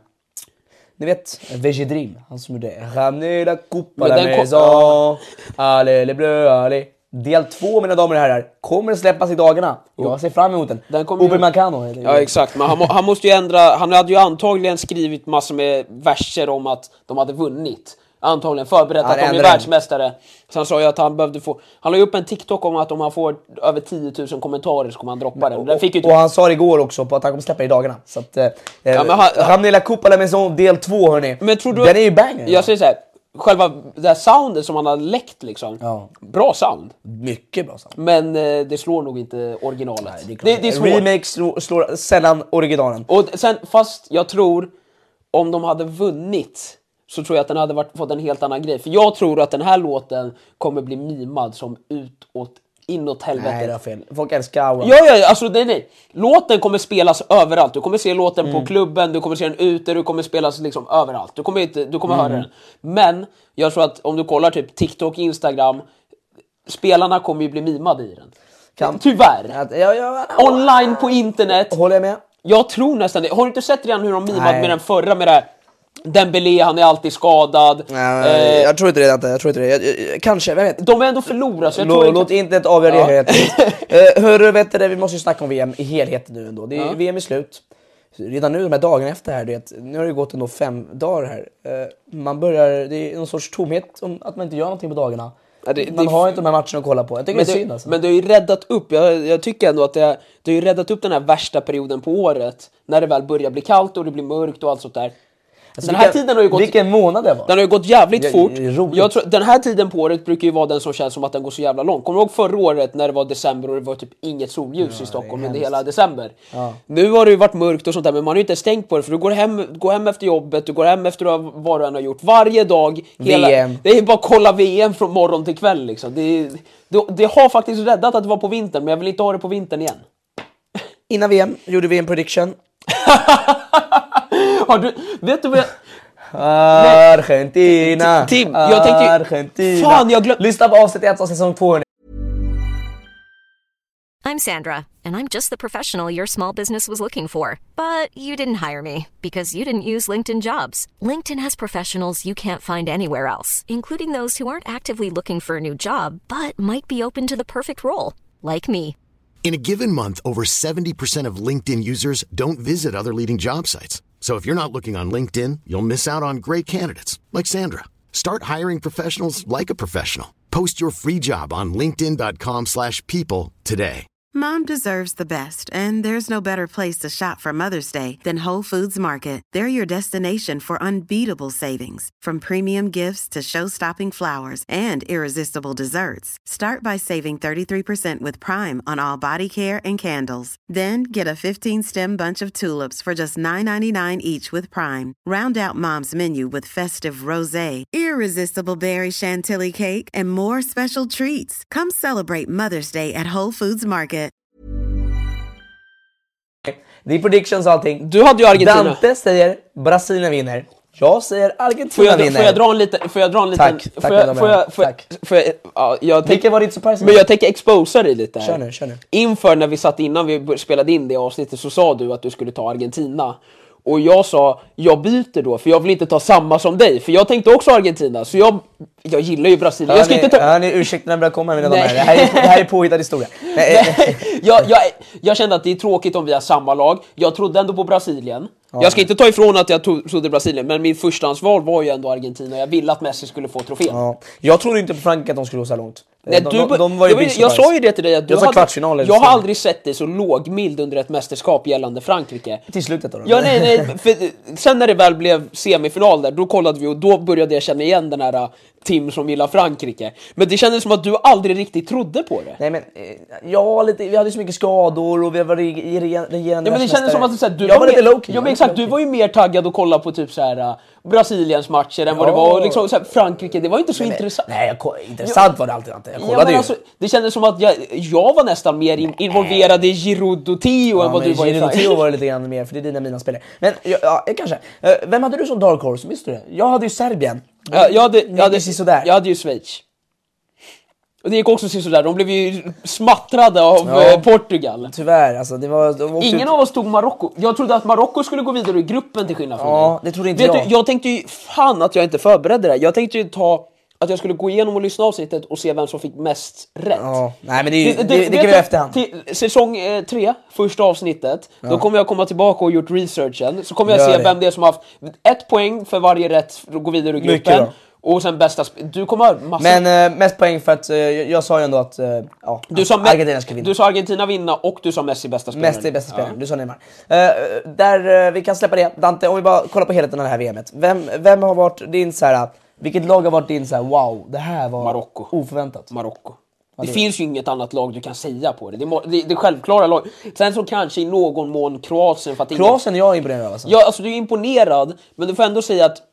ni vet, Veggie Dream, han som gjorde Ramenez la coupe à la maison, allez les bleus, allez. Del två, mina damer och herrar, kommer släppas i dagarna. Jag ser fram emot den. Den kommer ju... Mancano, ja, exakt. Men han, må, han måste ju ändra. Han hade ju antagligen skrivit massor med verser om att de hade vunnit. Antagligen förberett att de är världsmästare. Så han sa ju att han behövde få... Han la ju upp en TikTok om att om han får över tio tusen kommentarer så kommer han droppa den. den fick ju... Och han sa igår också på att han kommer släppa i dagarna. Så att... Eh, ja, men han... Ramenez la coupe à la maison del två, hörni. Men tror du... Den är ju banger. Jag säger så här. Själva det här soundet som han har läckt liksom. Ja. Bra sound. Mycket bra sound. Men eh, det slår nog inte originalet. Nej, det, är det, det är svårt. Remake slår, slår sällan originalen. Och sen, fast jag tror om de hade vunnit så tror jag att den hade varit, fått en helt annan grej. För jag tror att den här låten kommer bli mimad som utåt inåt helvete. Nej, det är fel. Folk älskar Aura. Ja, ja, alltså nej, nej. Låten kommer spelas överallt. Du kommer se låten mm. på klubben, du kommer se den ute, du kommer spelas liksom överallt. Du kommer inte, du kommer mm. höra den. Men jag tror att om du kollar typ TikTok, Instagram, spelarna kommer ju bli mimade i den. Kan. Tyvärr. Ja, ja, ja. Online på internet. Håller jag med? Jag tror nästan det. Har du inte sett redan hur de mimade med den förra med det här? Dembélé, han är alltid skadad. Ja, eh, jag tror inte det inte. Jag tror inte det. Jag, jag, kanske, vem vet. De är ändå förlorade så jag Lå, tror låt inte inte ett avgöra ja. uh, Hörru, vet du det, vi måste ju snacka om V M i helhet nu ändå. Det är ja. V M i slut. Redan nu de här dagarna efter här, det, nu har det gått ändå fem dagar här. Uh, man börjar, det är någon sorts tomhet om att man inte gör någonting på dagarna. Ja, det, man det, har inte de här matcherna att kolla på. Jag tycker men det är synd alltså. Men det har ju räddat upp, jag, jag tycker ändå att det, det har ju räddat upp den här värsta perioden på året. När det väl börjar bli kallt och det blir mörkt och allt sånt där. Alltså, den här vilken, tiden har ju gått, vilken månad det var. Den har ju gått jävligt ja, fort. Roligt. Jag tror, den här tiden på året brukar ju vara den som känns som att den går så jävla långt. Kommer du ihåg förra året när det var december och det var typ inget solljus ja, i Stockholm under hela december? Ja. Nu har det ju varit mörkt och sånt där, men man har ju inte stängt på det. För du går hem, går hem efter jobbet, du går hem efter vad du än har gjort. Varje dag, hela, V M. Det är bara att kolla V M från morgon till kväll liksom. Det, det, det har faktiskt räddat att det var på vintern, men jag vill inte ha det på vintern igen. Innan V M gjorde vi en prediction. Har du, vet du vad jag... Argentina. Tim, jag tänkte Argentina. Fan, jag glöm... Lyssna på avsnitt ett av säsong två. I'm Sandra, and I'm just the professional your small business was looking for. But you didn't hire me because you didn't use LinkedIn Jobs. LinkedIn has professionals you can't find anywhere else, including those who aren't actively looking for a new job, but might be open to the perfect role, like me. In a given month, over seventy percent of LinkedIn users don't visit other leading job sites. So if you're not looking on LinkedIn, you'll miss out on great candidates like Sandra. Start hiring professionals like a professional. Post your free job on linkedin dot com slash people today. Mom deserves the best, and there's no better place to shop for Mother's Day than Whole Foods Market. They're your destination for unbeatable savings, from premium gifts to show-stopping flowers and irresistible desserts. Start by saving thirty-three percent with Prime on all body care and candles. Then get a fifteen-stem bunch of tulips for just nine ninety-nine each with Prime. Round out Mom's menu with festive rosé, irresistible berry chantilly cake, and more special treats. Come celebrate Mother's Day at Whole Foods Market. Det är predictions och allting. Du hade ju Argentina. Dante säger Brasilien vinner. Jag säger Argentina får jag, vinner. Får jag dra en liten... Får jag dra en liten... Tack, får tack. Jag, får jag, får jag, får jag, ja, jag tänk, Vilken var ditt surprise? Men jag tänker exposa dig lite här. Kör nu, kör nu. Inför när vi satt innan vi spelade in det avsnittet så sa du att du skulle ta Argentina. Och jag sa, jag byter då, för jag vill inte ta samma som dig. För jag tänkte också Argentina, så jag, jag gillar ju Brasilien. Jag ska ni, inte ta... ja, ni ursäkta när jag börjar komma, mina damer. Det här är, det här är påhittad historia. Nej, jag, jag, jag kände att det är tråkigt om vi har samma lag. Jag trodde ändå på Brasilien. Ja. Jag ska inte ta ifrån att jag tog, trodde Brasilien, men min förstahandsval var ju ändå Argentina. Jag ville att Messi skulle få trofén. Ja. Jag trodde inte på Frankrike att de skulle gå så långt. Nej, de, du, de, de var ju jag, jag, jag sa ju det till dig att du jag hade, kvartsfinal. Jag har aldrig sett dig så lågmild under ett mästerskap gällande Frankrike. Till slutet då? Ja, nej, nej. För, sen när det väl blev semifinal där, då kollade vi och då började jag känna igen den här Tim som gillar Frankrike. Men det kändes som att du aldrig riktigt trodde på det. Nej, men ja, lite, vi hade så mycket skador och vi var i regerande. Ja, men det kändes som att så här, du jag var, var lite mer, low-key. Ja, men exakt, du var ju mer taggad att kolla på typ så här Brasiliens matcher än vad Ja. det var liksom så här, Frankrike. Det var ju inte så men, intressant. Nej, jag, intressant ja. var det alltid inte. Jag kollade ja, men ju. alltså, det kändes som att jag, jag var nästan mer in, involverad i Giroud och Theo ja, än vad du var i Giroud och Theo var det lite grann mer, för det är dina mina spelare. Men ja, ja, kanske. Uh, vem hade du som dark horse? Visste du det? Jag hade ju Serbien. Ja, jag, hade, jag, hade, sådär. jag hade ju Schweiz. Och det gick också sådär. De blev ju smattrade av ja, eh, Portugal. Tyvärr, alltså det var... De Ingen ut... av oss tog Marocko. Jag trodde att Marocko skulle gå vidare i gruppen till skillnad från ja, dig. det trodde inte Vet jag. Du, jag tänkte ju, fan att jag inte förberedde det. Jag tänkte ju ta... Att jag skulle gå igenom och lyssna avsnittet och se vem som fick mest rätt. Ja, nej men det, är ju, det, det, det, det kan vi jag, efterhand. Till säsong eh, tre, första avsnittet, ja. Då kommer jag komma tillbaka och gjort researchen. Så kommer jag Gör se det. vem det är som har haft ett poäng för varje rätt för att gå vidare i gruppen. Och sen bästa... Sp- du kommer ha massa... Men eh, mest poäng för att eh, jag, jag sa ju ändå att eh, ja, du sa Argentina ska vinna. Du sa Argentina vinna och du sa Messi bästa spelare. Messi bästa spelare, ja. Du sa Neymar. Uh, där uh, vi kan släppa det. Dante, om vi bara kollar på helheten av det här V M:et. Vem, vem har varit din så här... Vilket lag har varit din så här, wow, det här var Marocko. oförväntat? Marocko. Det, det finns ju inget annat lag du kan säga på det. Det är det, det självklara lag. Sen så kanske i någon mån Kroatien för att Kroatien är jag imponerad av alltså. Ja, alltså du är imponerad, men du får ändå säga att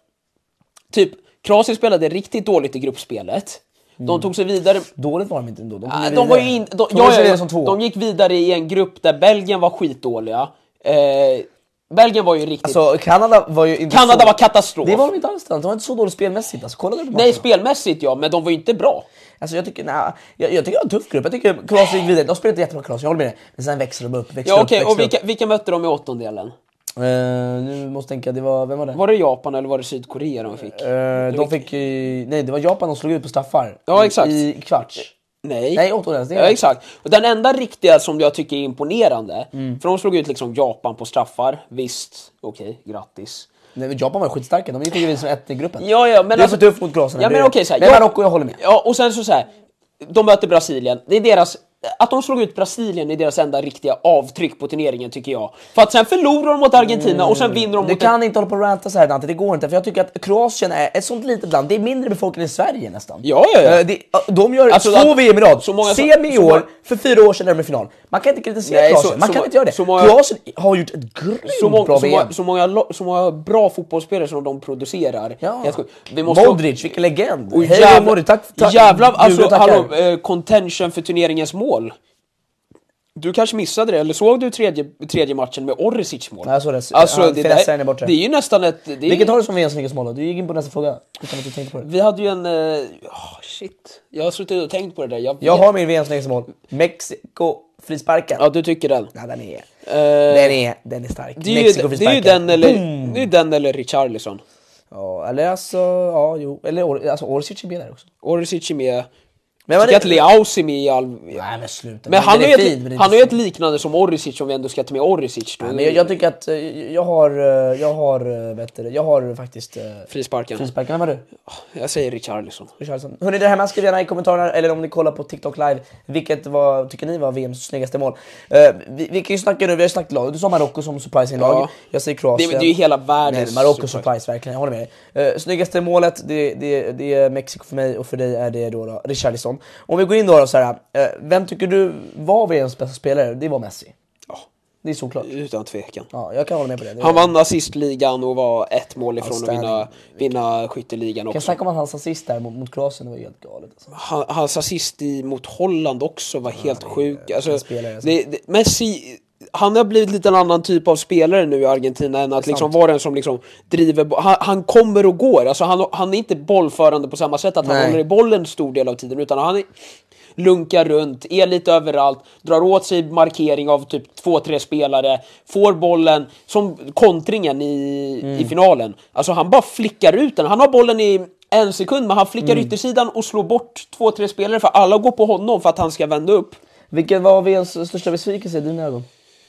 typ Kroatien spelade riktigt dåligt i gruppspelet. De Mm. tog sig vidare. Dåligt var de inte ändå. De, ah, de var ju in, de, de, ja, ja, som två. De gick vidare i en grupp där Belgien var skitdåliga. Eh, Belgien var ju riktigt... Alltså Kanada var ju inte Kanada så... var katastrof. Det var de inte alls. De var inte så dåligt spelmässigt. Alltså, kolla där på nej, spelmässigt ja, men de var ju inte bra. Alltså jag tycker, nej, jag, jag tycker det var en tuff grupp. Jag tycker Kroatien gick vidare. De spelade jättebra Kroatien, jag håller med dig. Men sen växer de upp, växer ja, okay. upp, Och vilka, upp. vilka mötte de i åttondelen? Uh, nu måste jag tänka, det var, vem var det? Var det Japan eller var det Sydkorea de fick? Uh, de fick, uh, nej det var Japan de slog ut på straffar. Ja, exakt. I kvarts. Nej, nej åttondels. Ja, exakt. Och den enda riktiga som jag tycker är imponerande, mm. för de slog ut liksom Japan på straffar, visst, okej, okay, grattis. Nej, men Japan var skitstarka, de gick ju som ett i gruppen. Ja, ja, men det är alltså, för tufft mot Kroatien. Ja, men okej, så här, men jag, Marocko, jag håller med. Ja, och sen så så här, de möter Brasilien. Det är deras... Att de slog ut Brasilien är deras enda riktiga avtryck på turneringen tycker jag. För att sen förlorar de mot Argentina mm. och sen vinner de du mot... Du kan en... inte hålla på och ranta så här Dante, det går inte. För jag tycker att Kroatien är ett sånt litet land. Det är mindre befolkning i Sverige nästan. Ja, ja, ja. De, de gör alltså, två V M i rad. Så många, Semi i år, många... för fyra år sedan är de i final. Man kan inte kritisera Nej, Kroatien, så, man så, kan så, inte göra det. Så många... Kroatien har gjort ett grymt så många, bra så V M. Så många, så många bra fotbollsspelare som de producerar. Ja. Vi måste... Modric, vilken legend. Och Hej, jävla, Modric, tack, tack. Jävla, alltså, hallå, eh, contention för turneringens mål. Du kanske missade det, eller såg du tredje, tredje matchen med Orisic mål? Nej, jag såg det. Alltså, han, det, där, är det är ju nästan ett... Det är... Vilket har du som V M:s snyggaste mål? Du gick in på nästa fråga. Utan att du tänkte på det. Vi hade ju en... Uh, oh, shit. Jag har suttit och tänkt på det där. Jag, jag har min V M:s snyggaste mål. Mexiko frisparken. Ja, du tycker den. Ja, den är... Uh, den är, den är stark. Det är, Mexiko det är ju den eller, det är den eller Richarlison. Ja, eller alltså... Ja, jo. Eller alltså Orisic är med där också. Orisic är med. Men jag tycker att Leao ser med i all... Nej men sluta. Men han är ju ett, han är ett liknande som Orisic, om vi ändå ska ta med Orisic. Nej, men jag, jag tycker att jag har jag har vet du, jag har faktiskt frisparken. Frisparken, vad du? Jag säger Richarlison. Richarlison. Hörni, det här med skriv gärna i kommentarerna eller om ni kollar på TikTok live, vilket var tycker ni var V M:s snyggaste mål? Uh, vi, vi kan ju snacka nu, vi har snackat lag. Du sa Marocko som surprising lag. Ja. Jag säger Kroatien. Det, det är ju hela världens Marocko surprise. surprise verkligen. Jag håller med dig. Uh, snyggaste målet det, det, det är Mexiko för mig och för dig är det då, då Richarlison. Om vi går in då, då så här, uh, vem tycker du var V M:s bästa spelare? Det var Messi. Ja. Det är såklart. Utan tvekan. Ja, jag kan hålla med på det. det han vann assistligan och var ett mål ifrån att vinna, vinna skytteligan också. Kan jag snacka om att hans assist där mot, mot Kroatien var helt galet. Alltså. Han, hans assist i, mot Holland också var ja, helt sjuk. Alltså, spelare, alltså. det, det, Messi, han har blivit lite en annan typ av spelare nu i Argentina än att liksom vara den som liksom driver. Han, han kommer och går. Alltså, han, han är inte bollförande på samma sätt att han Nej. håller i bollen stor del av tiden, utan han är... lunkar runt, är lite överallt, drar åt sig markering av typ två, tre spelare, får bollen som kontringen i, mm. i finalen. Alltså han bara flickar ut den. Han har bollen i en sekund, men han flickar mm. yttersidan och slår bort två, tre spelare för alla går på honom för att han ska vända upp. Vilket var V M:s största besvikelse i dina ögon?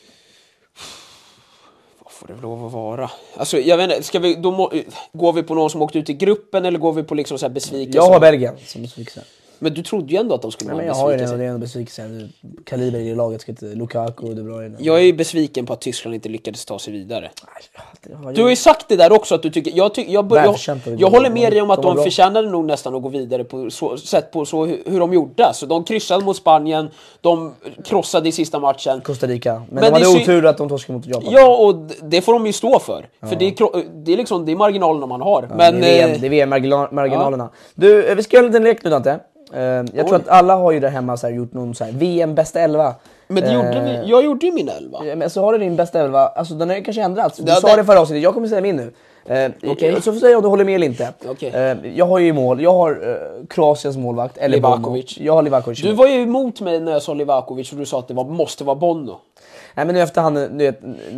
Vad får det lov att vara? Alltså jag vet inte, ska vi, då må, går vi på någon som åkt ut i gruppen eller går vi på liksom så här besvikelse? Jag har Belgien som besvikelse. Men du trodde ju ändå att de skulle vara besvikelse. Jag har ju det, det är en besvikelse. Kaliber i det laget ska inte Lukaku och De Bruyne. Jag är ju besviken på att Tyskland inte lyckades ta sig vidare. Du har ju sagt det där också att du tycker jag tycker jag jag, jag, jag håller med dig om att de, de förtjänade nog nästan att gå vidare på så sätt på så hur, hur de gjorde. Så de kryssade mot Spanien, de krossade i sista matchen Costa Rica. Men, men de hade otur sy- att de torskade mot Japan. Ja, och det får de ju stå för. Ja. För det är det är liksom det är marginalerna man har. Ja, men det är V M, det är V M marginalerna. Ja. Du, vi ska göra en liten lek nu Dante. Uh, jag Oj. tror att alla har ju där hemma så här, gjort någon så här, V M bästa elva. Men det uh, gjorde vi, jag gjorde ju min elva. Men så har du din bästa elva. Alltså den har ju kanske ändrats. Du ja, sa det, det förra avsnittet. Jag kommer säga min nu. Uh, okay. Så får säga om du håller med eller inte. Okay. Uh, jag har ju mål. Jag har uh, Kroatiens målvakt eller Livakovic. Bono. Jag har Livakovic. Du var ju emot mig när jag sa Livakovic och du sa att det var, måste vara Bono. Nej men nu efter han nu,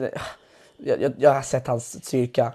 jag, jag, jag har sett hans styrka.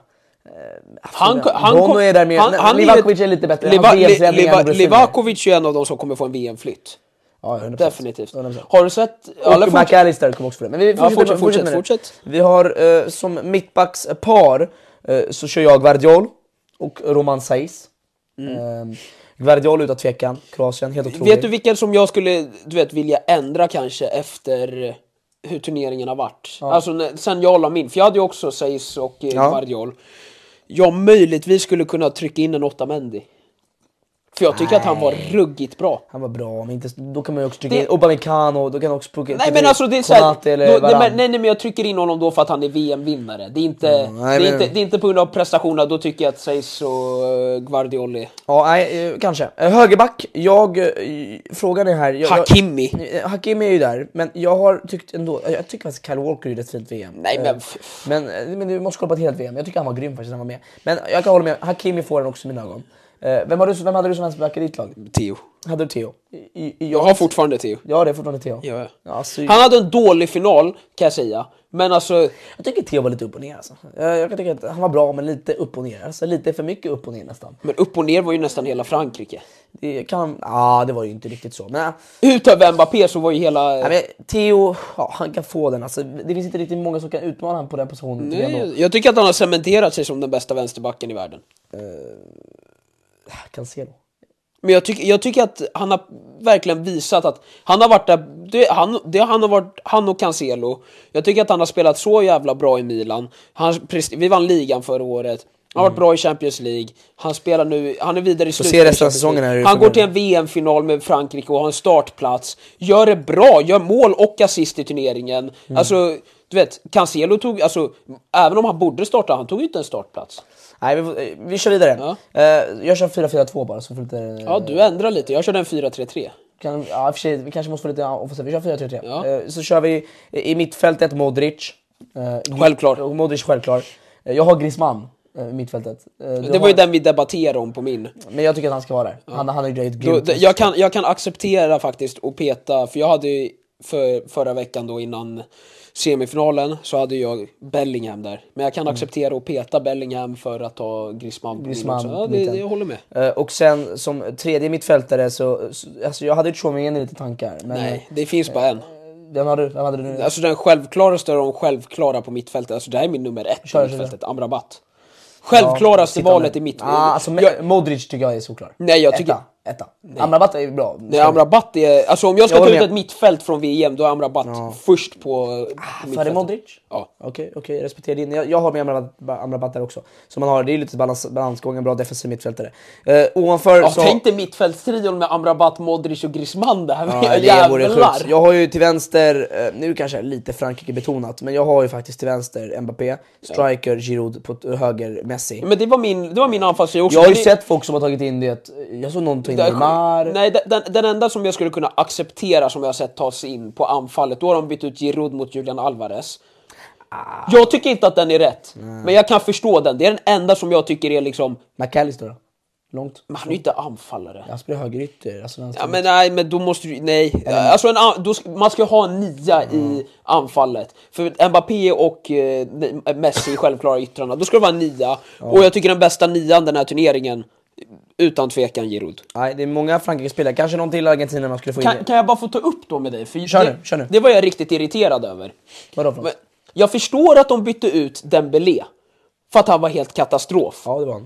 Han, han, Bono är där med. Han, han Livakovic är lite bättre. Liva, Liva, Liva, Livakovic är en av de som kommer få en V M-flytt. Ja, hundra procent. Definitivt. hundra procent. Har du sett... Och McAllister kommer också för det. Men vi fortsätter, ja, fortsätt, fortsätt, fortsätt. Vi har uh, som mittbackspar uh, så kör jag Gvardiol och Roman Saiz. Mm. Uh, Gvardiol utan tvekan. Kroatien, helt otroligt. Vet du vilken som jag skulle du vet, vilja ändra kanske efter hur turneringen har varit? Ja. Alltså när, sen jag la min. För jag hade ju också Saiz och uh, ja. Gvardiol. Jag möjligtvis skulle kunna trycka in en Otamendi. För jag tycker Nej. att han var ruggigt bra. Han var bra, men inte, då kan man ju också trycka det... in Upamecano, då kan man också plocka... Nej men alltså det är så här, då, nej, men, nej men jag trycker in honom då för att han är V M-vinnare. Det är inte, mm, nej, det är men... inte, det är inte på grund av prestationerna, då tycker jag att Saiz och uh, Gvardiol. Ja, nej, kanske. Uh, högerback, jag... Uh, frågan är här... Jag, Hakimi. Jag, Hakimi är ju där, men jag har tyckt ändå... Jag tycker att Kyle Walker är ett fint V M. Nej men... Uh, men, men du måste kolla på ett helt V M. Jag tycker han var grym faktiskt när han var med. Men jag kan hålla med, Hakimi får den också i mina ögon. Uh, vem, hade du, vem hade du som vänsterback i ditt lag? Theo. Hade du Theo? I, i, jag har fortfarande Theo. Ja, det är fortfarande Theo. Ja. Ja, alltså, han hade en dålig final, kan jag säga. Men alltså... Jag tycker Theo var lite upp och ner. Alltså. Jag, jag tycker att han var bra, men lite upp och ner. Alltså, lite för mycket upp och ner nästan. Men upp och ner var ju nästan hela Frankrike. Det kan... Ja, det var ju inte riktigt så. Men... Utöver Mbappé så var ju hela... Ja, men Theo, ja, han kan få den. Alltså, det finns inte riktigt många som kan utmana honom på den positionen. Nej, jag tycker att han har cementerat sig som den bästa vänsterbacken i världen. Uh... Cancelo. Men jag tycker jag tycker att han har verkligen visat att han har varit där det, han det han har varit han och Cancelo. Jag tycker att han har spelat så jävla bra i Milan. Han vi vann ligan förra året. Han har varit mm. bra i Champions League. Han spelar nu, han är vidare i slutet av säsongen här. Han går till en V M-final med Frankrike och har en startplats. Gör det bra, gör mål och assist i turneringen. Mm. Alltså, du vet, Cancelo tog alltså även om han borde starta, han tog inte en startplats. Nej, vi, vi kör vidare. Ja. Uh, jag kör fyra fyra två bara så får lite. Uh, ja, du ändrar lite. Jag kör den fyra tre tre. Kan ja, för sig, vi kanske måste få lite offensivt. Vi kör fyra tre tre. Ja. Uh, så kör vi i mittfältet Modric. Uh, självklart. Modric självklart. Uh, jag har Griezmann i uh, mittfältet. Uh, det var har... ju den vi debatterade om på min. Men jag tycker att han ska vara där. Ja. Han han är ju jag kan jag kan acceptera faktiskt och peta för jag hade för förra veckan då innan semifinalen så hade jag Bellingham där. Men jag kan mm. acceptera att peta Bellingham för att ta Griezmann. Griezmann ja, det, det, jag håller med. Uh, och sen som tredje mittfältare så, så alltså jag hade ju Tchouaméni lite tankar. Men, nej, det finns uh, bara en. Vem hade du? Vem hade du nu? Alltså den självklaraste av de självklara på mittfältet. Alltså det här är min nummer ett på mittfältet. Amrabat. Självklaraste ja, valet i mitt... Ah, alltså, jag, Modric tycker jag är såklart. Nej, jag tycker... Etta. Etta. Amrabat är bra. Nej, Amrabat är... Alltså om jag ska jag ta ut ett mittfält från V M, då är Amrabat ja. först på ah, För det Modric? Ja. Okej, okay, okej, okay, jag respekterar din. Jag, jag har med Amrabat, Amrabat där också. Så man har, det är lite balans, balansgång, en bra defensiv mittfältare. Uh, ovanför ja, så... Tänk dig mittfältstrion med Amrabat, Modric och Griezmann där. Ja, jävlar. Jag har ju till vänster, uh, nu kanske lite Frankrike betonat, men jag har ju faktiskt till vänster Mbappé, striker, ja. Giroud, på höger Messi. Men det var min, det var min anfallsserie också. Jag har ju det... sett folk som har tagit in det. Jag såg någon ta in Neymar. Nej, den, den enda som jag skulle kunna acceptera som jag har sett tas in på anfallet, då har de bytt ut Giroud mot Julian Alvarez. Ah. Jag tycker inte att den är rätt, mm. men jag kan förstå den. Det är den enda som jag tycker är liksom... McAllister då? Långt? Men han är ju inte anfallare. Jag spelar högerytter. Alltså ja, men nej, men då måste du... Nej. Mm. Alltså en, då, man ska ha en nia mm. i anfallet. För Mbappé och eh, Messi självklara yttrarna, då ska det vara en nia. Mm. Och jag tycker den bästa nian den här turneringen, utan tvekan Giroud. Nej, det är många Frankrike-spelare. Kanske någon till Argentina man skulle få kan, in. Kan jag bara få ta upp då med dig? För kör det, nu, kör nu. Det var jag riktigt irriterad över. Vadå för? Men jag förstår att de bytte ut Dembélé för att han var helt katastrof. Ja, det var han.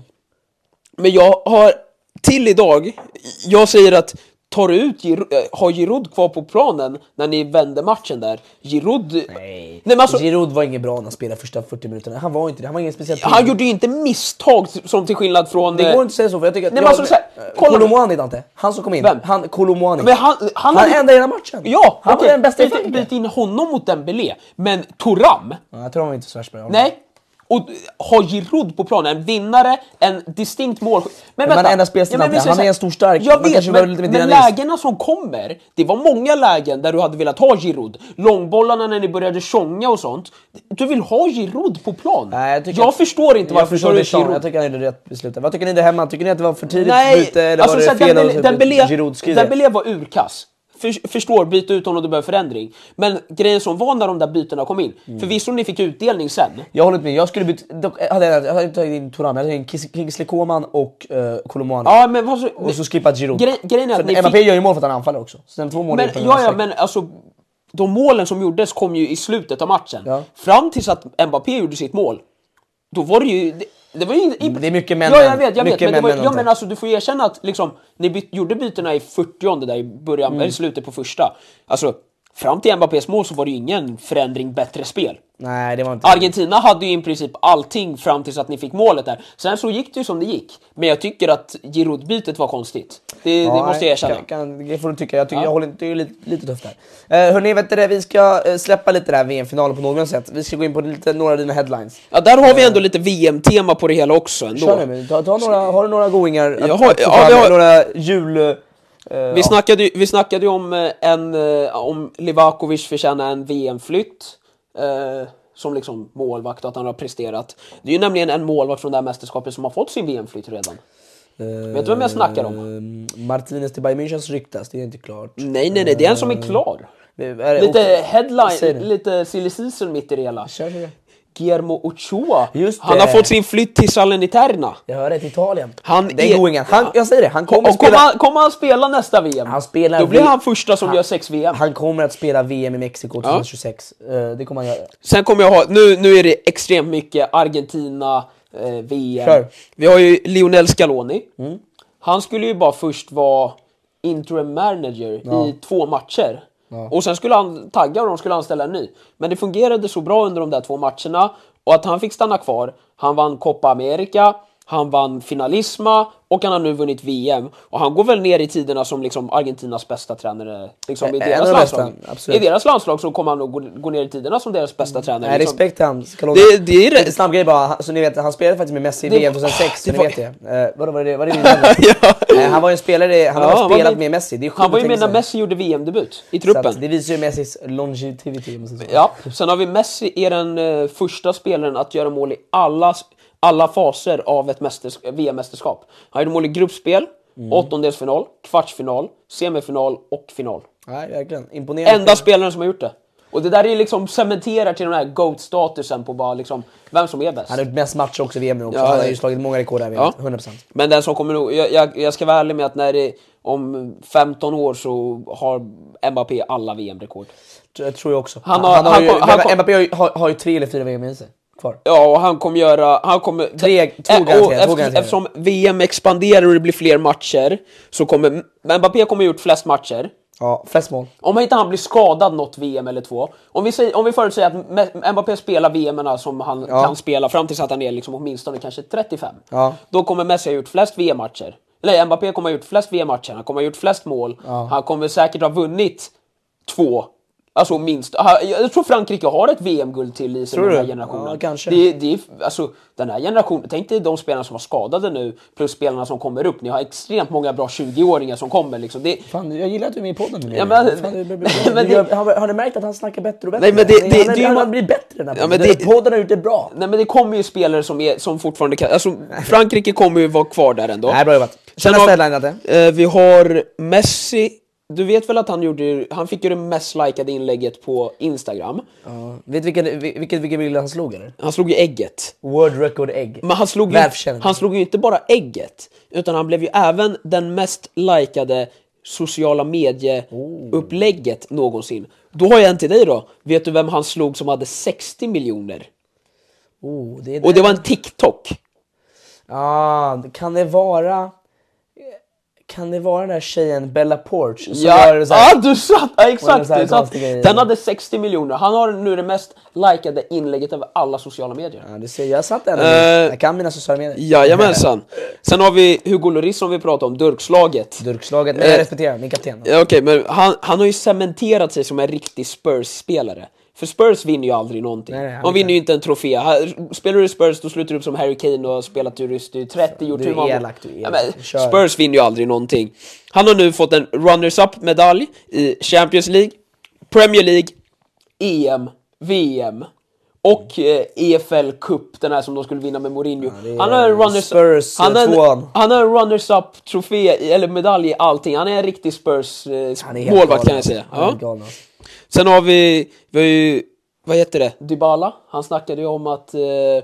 Men jag har till idag, jag säger att tar du ut Giroud, har Giroud kvar på planen när ni vände matchen där. Giroud... Nej, Nej men alltså, Giroud var inget bra när han spelade första fyrtio minuterna. Han var inte det, han var ingen speciell... Han gjorde ju inte misstag som till skillnad från... Det går inte att säga så, för jag tycker att... Nej, men alltså, Kolomouani Dante, han som kom in. Vem? Han, Kolomouani. Men han, han, han, han ändrade hela matchen. Ja, han okay. var den bästa i Frankrike. Byt in honom mot Dembélé. Men Thuram... Ja, jag tror han var inte så värst bra. Nej. Och har Giroud på planen, en vinnare, en distinkt mål. Men, men man ändrar spelstilen, ja, han är en stor stark. Jag vet, men, lite men lägena som kommer, det var många lägen där du hade velat ha Giroud. Långbollarna när ni började sjunga och sånt. Du vill ha Giroud på plan. Nej, jag, jag att, förstår inte varför förstår du Giroud. Jag tycker han gjorde rätt beslut. Vad tycker ni det hemma? Tycker ni att det var för tidigt Nej, byte eller alltså, var det fel Dembélé, Dembélé, Giroud skriver? Dembélé var urkass. För, förstår, byta ut honom och det behöver förändring. Men grejen som var när de där bytena kom in, mm. förvisso ni fick utdelning sen. Jag håller med, jag skulle byta, dock, hade jag hade tagit in Thuram, jag hade tagit in Kingsley Coman och uh, Kolomouani. Ja, men vad så, och så skippat Giroud. Gre, grejen är att Mbappé fick... gör ju mål för att han anfaller också. Så den två mål men, ja, ja, men alltså de målen som gjordes kom ju i slutet av matchen. Ja. Fram tills att Mbappé gjorde sitt mål. Då var det ju det, det var ju i, det är mycket män. Ja, jag vet, jag vet, men, det var, män, ja, men alltså du får erkänna att liksom ni byt, gjorde bytena i fyrtionde där i början mm. eller slutet på första. Alltså fram till Mbappés mål så var det ju ingen förändring, bättre spel. Nej, det var inte. Argentina hade ju i princip allting fram tills att ni fick målet där. Sen så gick det ju som det gick. Men jag tycker att Giroud-bytet var konstigt. Det, ja, det måste jag erkänna. Kan, kan, det får du tycka. Jag, tycker, ja. jag håller inte, det är lite, lite tufft där. Uh, hörrni, vet du det, vi ska uh, släppa lite där V M-finalen på något sätt. Vi ska gå in på lite, några av dina headlines. Ja, där har vi ändå lite V M-tema på det hela också. Ändå. Kör nu, ta, ta några, har du några goingar? Att, jag har, att ja, vi har några jul... Uh, vi, ja. snackade, vi snackade ju om, en, uh, om Livakovic förtjänar en V M-flytt. Uh, som liksom målvakt, att han har presterat. Det är ju nämligen en målvakt från det här mästerskapet som har fått sin V M-flytt redan. Uh, Vet du vem jag snackar om? Uh, Martinez till Bayern München ryktas, det är inte klart. Nej, nej, nej, det är en som är klar. Uh, är lite också, headline, lite silly season mitt i det hela. Kör, kör. Guillermo Ochoa. Han har fått sin flytt till Salerniterna. Jag hör det, till Italien. Han det är going. Han, jag säger det, han kommer och spela... Kommer, kommer han spela nästa V M? Han spelar Då blir v... han första som han, gör sex V M. Han kommer att spela V M i Mexiko tjugohundratjugosex. Ja. Uh, det kommer han göra. Sen kommer jag ha, nu, nu är det extremt mycket Argentina, eh, V M. Kör. Vi har ju Lionel Scaloni. Mm. Han skulle ju bara först vara interim manager ja. i två matcher. Ja. Och sen skulle han tagga och de skulle anställa en ny. Men det fungerade så bra under de där två matcherna. Och att han fick stanna kvar. Han vann Copa America. Han vann Finalisma. Och han har nu vunnit V M. Och han går väl ner i tiderna som liksom Argentinas bästa tränare. Liksom i, deras landslag. I deras landslag så kommer han nog gå, gå ner i tiderna som deras bästa tränare. Nej, liksom. respekt han. Det, det är det. Snabb grej bara. Så ni vet, han spelade faktiskt med Messi i V M tjugohundrasex. Det var... vet det. Uh, vadå, var det var det ja. uh, Han var ju en spelare. Han ja, har spelat med, med Messi. Det är han var ju med när Messi gjorde V M-debut i truppen. Så det visar ju Messis longevity. Ja, sen har vi Messi är den uh, första spelaren att göra mål i alla alla faser av ett mästers- V M-mästerskap. Han gjorde mål i gruppspel, mm. åttondelsfinal, kvartsfinal, semifinal och final. Nej, verkligen. Imponerande. Enda spelaren som har gjort det. Och det där är liksom cementerar till den här GOAT-statusen på bara liksom vem som är bäst. Han har gjort mest matcher också i V M nu också. Ja, Han har ju slagit många rekord här i V M, ja. hundra procent. Men den som kommer nog, jag, jag, jag ska vara ärlig med att när det om femton år så har Mbappé alla V M-rekord. Det tror jag också. Han har, han har han ju, kom, han kom, Mbappé har, har, har ju tre eller fyra V M i sig kvar. Ja, och han kommer göra... Han kommer, Tre, två äh, garanterat, och två efter, garanterat. eftersom V M expanderar och det blir fler matcher så kommer... Mbappé kommer ha gjort flest matcher. Ja, flest mål. Om inte han blir skadad något V M eller två. Om vi, säger, om vi förutsäger att Mbappé spelar V M-erna som han Ja. kan spela fram tills att han är liksom åtminstone kanske trettiofem. Ja. Då kommer Messi ha gjort flest V M-matcher. Eller Mbappé kommer ha gjort flest V M-matcher. Han kommer ha gjort flest mål. Ja. Han kommer säkert ha vunnit två. Alltså minst. Jag tror Frankrike har ett V M-guld till i sig Tror den här du? generationen. Ja, kanske. Det, det är, alltså, den här generationen, tänk dig de spelarna som var skadade nu plus spelarna som kommer upp. Ni har extremt många bra tjugo-åringar som kommer. Liksom. Det, Fan, jag gillar att du är med i podden nu. Ja, men- Fan, det, det, men det, det- gör- har, har du märkt att han snackar bättre och bättre? Nej, men det- han, det- han, det är ju han, ma- han blir bättre den här Ja, podden. men Den det- här podden har gjort det bra. nej men det kommer ju spelare som, är, som fortfarande kan... Alltså Frankrike kommer ju vara kvar där ändå. Nej, bra jobbat. Sen Sen har, har det. eh, vi har Messi. Du vet väl att han gjorde... Han fick ju det mest likade inlägget på Instagram. Ja. Vet du vilken, vilken, vilken bild han slog eller? Han slog ju ägget. World record egg. Men han slog, ju, Världskänd. han slog ju inte bara ägget, utan han blev ju även den mest likade sociala medieupplägget någonsin. Då har jag en till dig då. Vet du vem han slog som hade sextio miljoner? Oh, det är Och det var en TikTok. Ah, kan det vara... Kan det vara den där tjejen Bella Porch? som Ja, gör så här- ah, du satt! Ja, Och exakt! så här Det satt. konstiga grejer. Den hade sextio miljoner. Han har nu det mest likade inlägget över alla sociala medier. Ja, du ser, jag satt där. Eh, jag kan mina sociala medier. Jajamensan. Sen har vi Hugo Lloris som vi pratade om, Durkslaget. Durkslaget, men jag Eh, respekterar min kapten. Ja, okej, men han, han har ju cementerat sig som en riktig Spurs-spelare. För Spurs vinner ju aldrig någonting. Nej, nej, han De är vinner ju inte en trofé. Han- Spelar du i Spurs, då slutar du upp som Harry Kane och har spelat turist. Du är trettio, gjort Du är hur många- elak, du är Ja, elak. men Kör. Spurs vinner ju aldrig någonting. Han har nu fått en runners-up-medalj i Champions League, Premier League, E M, V M och eh, E F L Cup, den här som de skulle vinna med Mourinho. det är Han har en runners Spurs, han har en, tvåan. han har en runners-up trofé eller medalj i allting. Han är en riktig Spurs eh, Han är helt målvakt galen, kan jag säga. Han är Ja. helt galen, alltså. Sen har vi, vi har ju, vad heter det? Dybala. Han snackade ju om att eh,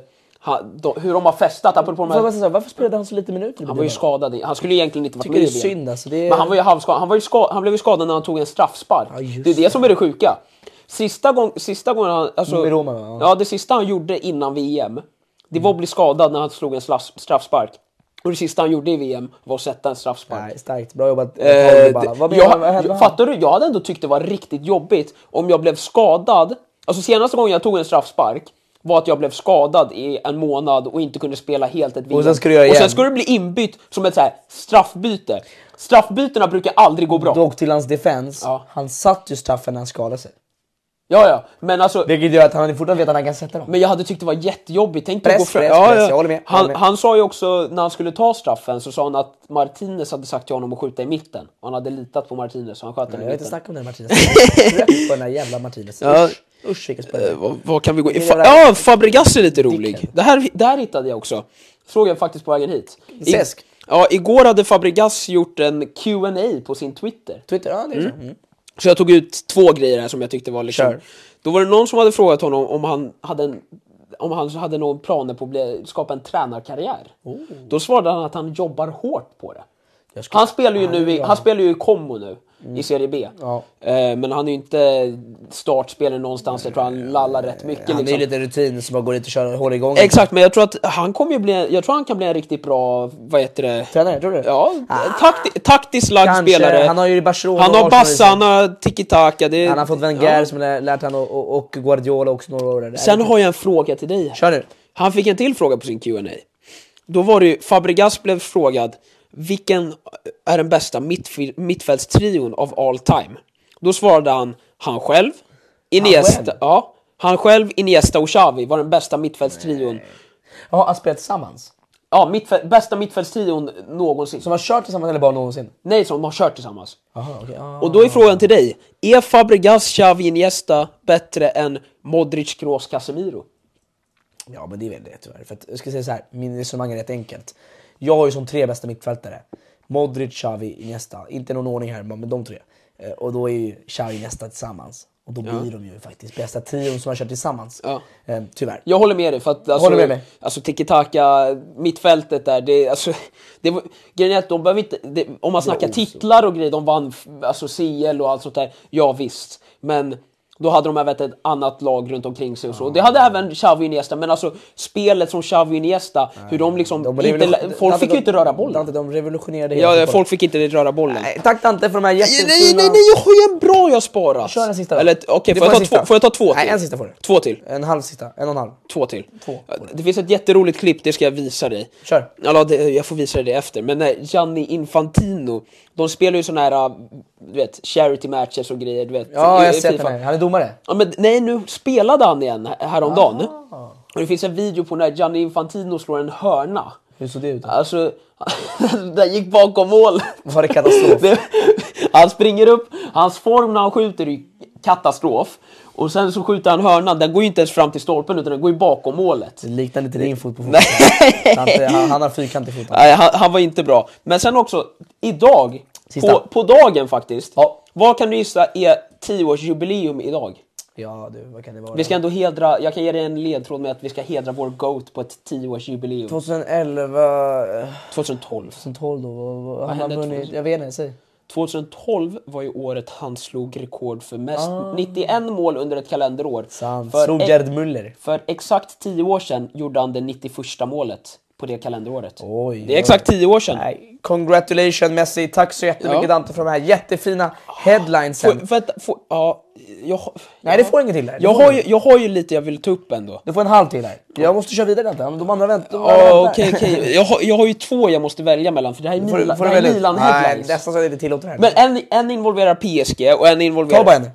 han, de, hur de har festat apropå de Får jag bara här, säga, varför spelade han så lite minuter? han var ju skadad. i- Han skulle ju egentligen inte varit Tycker med det är i V M. synd alltså. Det är... Men han var ju halvskadad. Han, var ju ska, han blev ju skadad när han tog en straffspark. Ja, just det är det som är det sjuka. Sista, gång, sista gången han... Alltså, Med Roma, va? ja, det sista han gjorde innan V M, det var att bli skadad när han slog en straff, straffspark. Och det sista han gjorde i V M var att sätta en straffspark. Nej, starkt. Bra jobbat. Eh, Paul Dybala. Vad menar jag, vad hände med jag, han? fattar du? Jag hade ändå tyckt det var riktigt jobbigt om jag blev skadad. Alltså senaste gången jag tog en straffspark var att jag blev skadad i en månad och inte kunde spela helt ett V M. Och sen ska du göra och sen igen. ska du bli inbytt som ett så här straffbyte. Straffbytena brukar aldrig gå bra. Dock till hans defense, Ja. han satt ju straffen när han skadade sig. Ja, ja. Men alltså... Vilket gör att han fortfarande vet att han kan sätta dem. Men jag hade tyckt det var jättejobbigt. Tänk dig Press, gå fram. press, Ja, press. ja. Jag håller med, jag Han, håller med. han sa ju också när han skulle ta straffen så sa han att Martinez hade sagt till honom att skjuta i mitten. Och han hade litat på Martinez så han sköt den Jag i vill inte mitten. snacka om den Martinez. Trött på den där jävla Martinez. Ja. Usch, usch vilken spelare. Eh, vad, vad kan vi gå in? Det Fa- är ja, Fabregas är lite rolig. Dicken. Det här, det här hittade jag också. Såg jag faktiskt på vägen hit. I, Sesk. ja, igår hade Fabregas gjort en Q and A på sin Twitter. Twitter, ja det är så. Mm. Så jag tog ut två grejer här som jag tyckte var liksom... Kör. Då var det någon som hade frågat honom om han hade en, om han hade någon planer på att bli, skapa en tränarkarriär. Oh. Då svarade han att han jobbar hårt på det. Jag ska- Han spelar ju Ja, nu det är i, bra. han spelar ju i Como nu i Serie B. Ja. Eh, men han är ju inte startspelare någonstans. Jag tror han lallar rätt mycket. Han är liksom. ju lite rutin som bara går dit och kör hål igång. Exakt, men jag tror att han kommer ju bli, jag tror han kan bli en riktigt bra, vad heter det? Tränare, tror du? Ja, takti, taktiskt lagd Kanske. spelare. Han har ju Barcelona Han har och Bassa, Arsenal. han har tiki-taka. Det, Han har fått Wenger ja. som lär- lärt han och, och, och Guardiola också några år. Där. Sen har jag en fråga till dig här. Kör nu. Han fick en till fråga på sin Q and A. Då var det ju, Fabregas blev frågad vilken är den bästa mittf- mittfältstrion av all time. Då svarade han han själv, Iniesta, själv? ja, han själv, Iniesta och Xavi var den bästa mittfältstrion. Ja, att spela tillsammans. Ja, mittfält, bästa mittfältstrion någonsin. Som har kört tillsammans eller bara någonsin? Nej, som de har kört tillsammans. Aha, okay. ah. Och då är frågan till dig, är Fabregas, Xavi, Iniesta bättre än Modric, Kroos, Casemiro? Ja, men det är väl det tyvärr. För att, jag ska säga så här, min resonemang är rätt enkelt. Jag har ju som tre bästa mittfältare. Modric, Xavi, Iniesta. Inte någon ordning här, men de tre. Eh, och då är ju Xavi nästa tillsammans. Och då blir ja. de ju faktiskt bästa trion som har kört tillsammans. Ja. Eh, tyvärr. Jag håller med dig. För att, alltså, håller med mig. Alltså tiki-taka, mittfältet där. Det, alltså, det var, grejen är att de behöver inte... Det, om man snackar titlar och grejer, de vann alltså C L och allt sånt där. Ja visst. Men... Då hade de även ett annat lag runt omkring sig och så. Ja. Det hade även Xavi och Iniesta. Men alltså spelet från Xavi och Iniesta. Nej. Hur de liksom... De inte, revolution... Folk fick ju inte röra bollen. Dante, de revolutionerade hela Ja, folk fick inte röra bollen. Nej, tack Dante för de här jättefina... Nej, nej, nej, jag har ju en bra jag sparat. Kör en sista då. Eller, okay, får, jag ta två, får jag ta två till? Nej, en sista får du. Två till. En halv sista, en och en halv. Två till. Två. Det finns ett jätteroligt klipp, det ska jag visa dig. Kör. Alltså, det, jag får visa dig det efter. Men nej, Gianni Infantino, de spelar ju såna här, du vet, charity matches och grejer, du vet. Ja, jag ser det. Han är domare. Ja, men nej, nu spelade han igen häromdagen. Ah. Och det finns en video på när Gianni Infantino slår en hörna. Hur såg det ut? Alltså, det gick bakom mål. Var det katastrof? det, han springer upp, hans form när han skjuter är katastrof. Och sen så skjuter han hörnan, den går ju inte ens fram till stolpen utan den går ju bakom målet. Det liknar lite din fot på foten. han, han har fyrkantig fot. Nej, han, han var inte bra. Men sen också, idag, på, på dagen faktiskt, ja. Vad kan du gissa är tio-årsjubileum idag? Ja, du, vad kan det vara? Vi ska ändå hedra, jag kan ge dig en ledtråd med att vi ska hedra vår GOAT på ett tio-årsjubileum. tjugoelva... tjugotolv. tjugotolv då, vad, vad hände vunnit, jag vet inte, säg. tjugotolv var ju året han slog rekord för mest, ah. nittioett mål under ett kalenderår. Sant, slog Gerd Müller. För exakt tio år sedan gjorde han det nittioförsta målet på det kalenderåret. Oj, det är exakt tio år sedan. Nej. Congratulations Messi, tack så jättemycket ja. Dante för de här jättefina headlinesen. För, för att, för, ja, jag, Nej, det får inget till här. Jag har, ju, jag har ju lite jag vill ta upp ändå. Du får en halv till här. Jag måste köra vidare Dante. De andra väntar. Ja, okej, okej. Jag, har, jag har ju två jag måste välja mellan. För det här är Milan, får, får det här Milan headlines. Nej, nästan så är det tillåter här. Men en, en involverar P S G och en involverar... Ta bara en.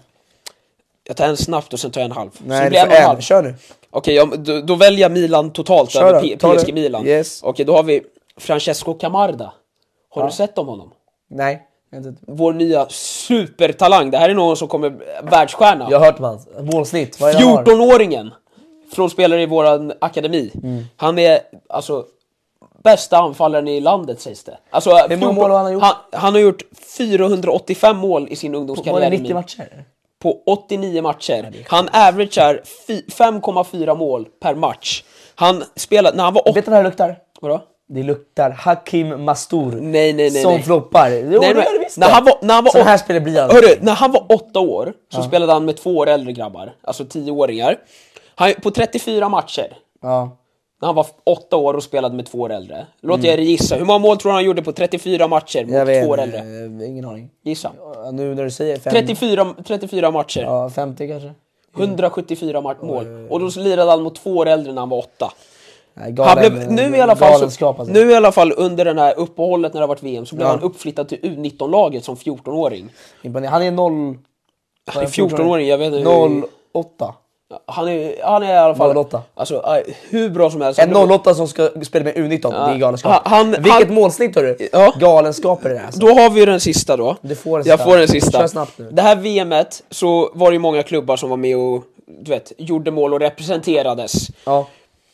Jag tar en snabbt och sen tar jag en halv. Nej, så det blir en, en halv. Kör nu. Okej, okay, då, då väljer jag Milan totalt Kör över P- PSG Milan. Yes. Okej, okay, då har vi Francesco Camarda. Har ja. du sett om honom? Nej. Vår nya supertalang. Det här är någon som kommer världsstjärna. Jag har hört om hans målsnitt. fjorton-åringen från spelare i våran akademi. Mm. Han är alltså bästa anfallaren i landet, sägs det. Alltså, Hur många mål har han gjort? Han, han har gjort fyrahundraåttiofem mål i sin ungdomskarriär. Var det nittio matcher? På åttionio matcher. Han averagear fem komma fyra mål per match. Han spelade när han var åtta... Vet du vad det luktar? Vadå? Det luktar Hakim Mastour. Nej, nej, nej. Som nej. floppar. Jo, nej, det men, det visst när han var, när han var så här spelar blir alltså. Hörru, när han var åtta år så ja. spelade han med två år äldre grabbar. Alltså tioåringar. Han, på trettiofyra matcher. Ja. När han var åtta år och spelade med två år äldre. Låt mm. jag gissa. Hur många mål tror han gjorde på trettiofyra matcher mot jag vet, två år äldre? Ingen aning. Gissa. Ja, nu när du säger fem... trettiofyra, trettiofyra matcher. Ja, femtio kanske. hundrasjuttiofyra mål. Mm. Och då lirade han mot två år äldre när han var åtta. Nej, galen, han blev, nu, i alla fall så, alltså. nu i alla fall under den här uppehållet när det har varit V M så blev ja. han uppflyttad till U nitton-laget som fjorton-åring. Han är noll... Han är fjorton-åring, jag vet inte. noll åtta. Han är, han är i alla fall... noll åtta. Alltså, hur bra som helst. En noll åtta som ska spela med U nitton, ja. Det är galenskap. Han, Vilket han, målsnitt har du? Ja. Galenskaper är det alltså. Då har vi den sista då. Du får den jag får den sista. Kör snabbt nu. Det här V M:et så var det ju många klubbar som var med och du vet, gjorde mål och representerades. Ja.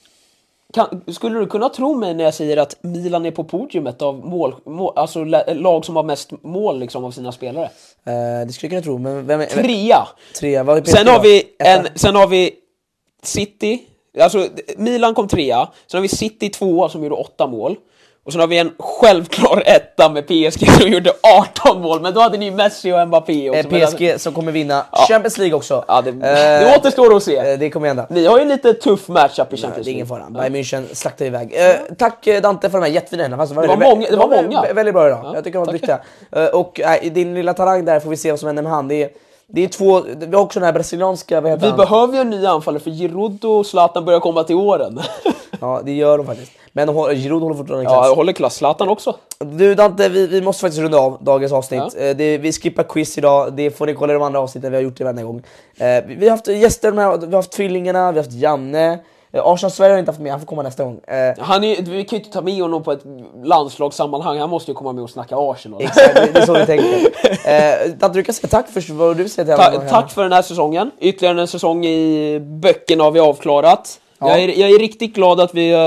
Kan, skulle du kunna tro mig när jag säger att Milan är på podiumet av mål, mål alltså lag som har mest mål liksom av sina spelare? Uh, det skulle jag kunna tro, men vem är... Trea. Trea. Vad är sen har vi en, sen har vi City. Alltså Milan kom trea. Sen har vi City tvåa som gjorde åtta mål. Och sen har vi en självklar etta med P S G som gjorde arton mål. Men då hade ni Messi och Mbappé också. Eh, P S G men... som kommer vinna ja. Champions League också. Ja, det, eh, det återstår att se. Eh, det kommer hända. Ni har ju en lite tuff matchup i Champions League. Det är ingen fara. Bayern München slaktar iväg. Eh, tack Dante för de här jättefina. Alltså, det var väldigt, många. Det var väldigt, många. Väldigt bra idag. Ja, jag tycker de var duktiga. Eh, och eh, din lilla talang där får vi se vad som händer med han. Det är, det är två... Vi har också den här brasilianska... Vad heter vi han? behöver ju en ny anfallare för Giroud och Zlatan börjar komma till åren. Ja, det gör de faktiskt. Men de håller, Giroud håller fortfarande klass. Ja, jag håller klass. Zlatan också. Du Dante, vi, vi måste faktiskt runda av dagens avsnitt. Ja. Eh, det, vi skippar quiz idag. Det får ni kolla i de andra avsnitten vi har gjort det varje gång. Eh, vi, vi har haft gäster med, vi har haft tvillingarna, vi har haft Janne. Eh, Arsenal Sverige har inte haft med, han får komma nästa gång. Eh, han är, vi kan ju inte ta med honom på ett landslagssammanhang. Han måste ju komma med och snacka Arsenal. Exakt, det är så vi tänker. Eh, Dante, du kan säga tack för vad du säger till Ta- Tack för den här säsongen. Ytterligare en säsong i böckerna har vi avklarat. Ja. Jag, är, jag är riktigt glad att vi uh,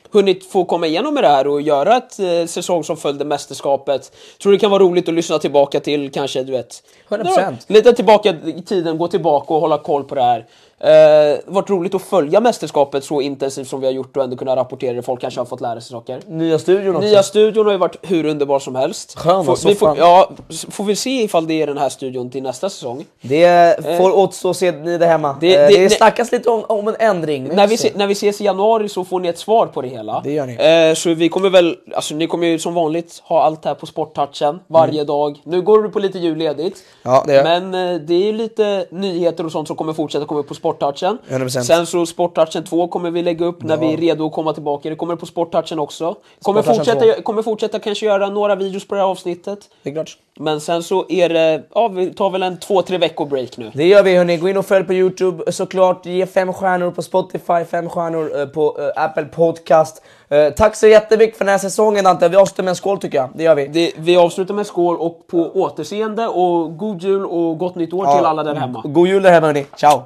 hunnit få komma igenom med det här och göra ett eh, säsong som följde mästerskapet. Tror det kan vara roligt att lyssna tillbaka till, kanske, du vet, hundra procent. Lite tillbaka i tiden, gå tillbaka och hålla koll på det här. Eh, varit roligt att följa mästerskapet så intensivt som vi har gjort och ändå kunna rapportera det. Folk kanske har fått lära sig saker. Nya studion också. Nya studion har ju varit hur underbar som helst. Skön, får, vi får, ja, får vi se ifall det är den här studion till nästa säsong. Det får eh, återstå se ni där hemma. Det, det, det snackas lite om, om en ändring. När vi, se, när vi ses i januari så får ni ett svar på det hela. Det gör ni. Eh, så vi kommer väl, alltså ni kommer ju som vanligt ha allt här på Sporttouchen varje mm. dag. Nu går du på lite julledigt. Ja, det är. Men eh, det är ju lite nyheter och sånt som kommer fortsätta komma upp på Sporttouchen. hundra procent. Sen så Sporttouchen två kommer vi lägga upp när ja. vi är redo att komma tillbaka. Det kommer på Sporttouchen också. Kommer fortsätta, kommer fortsätta kanske göra några videos på det här avsnittet. Det är klart. Men sen så är det, ja, vi tar väl en två, tre veckor break nu. Det gör vi, hörni. Gå in och följ på YouTube. Såklart, ge fem stjärnor på Spotify, fem stjärnor på uh, Apple Podcast. Uh, tack så jättemycket för den här säsongen, Dante. Vi avslutar med en skål, tycker jag. Det gör vi. Det, vi avslutar med en skål och på återseende. Och god jul och gott nytt år ja, till alla där hemma. God jul där hemma, hörni. Ciao!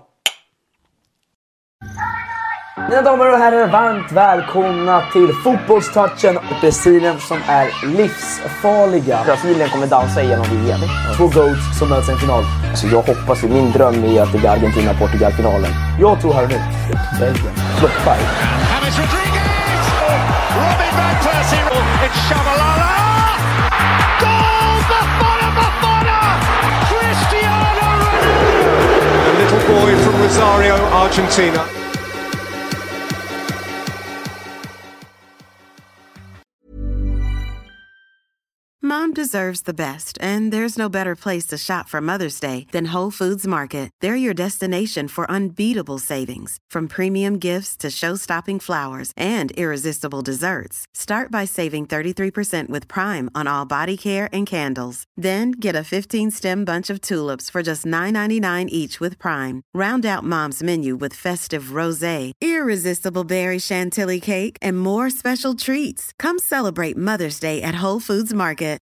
Mina damer och herrar, varmt välkomna till fotbollstouchen. Brasilien som är livsfarliga. Brasilien kommer dansa igenom V M. Två goats som möts i en final. Alltså jag hoppas ju, min dröm är att det blir Argentina-Portugal-finalen. Jag tror här nu, Belgien. Floppar. James Rodriguez! Robin van Persie! It's Shabalala! Goal! Bafana, Bafana! Cristiano Ronaldo! A little boy from Rosario, Argentina. Mom deserves the best, and there's no better place to shop for Mother's Day than Whole Foods Market. They're your destination for unbeatable savings, from premium gifts to show-stopping flowers and irresistible desserts. Start by saving thirty-three percent with Prime on all body care and candles. Then get a fifteen-stem bunch of tulips for just nine ninety-nine each with Prime. Round out Mom's menu with festive rosé, irresistible berry chantilly cake, and more special treats. Come celebrate Mother's Day at Whole Foods Market.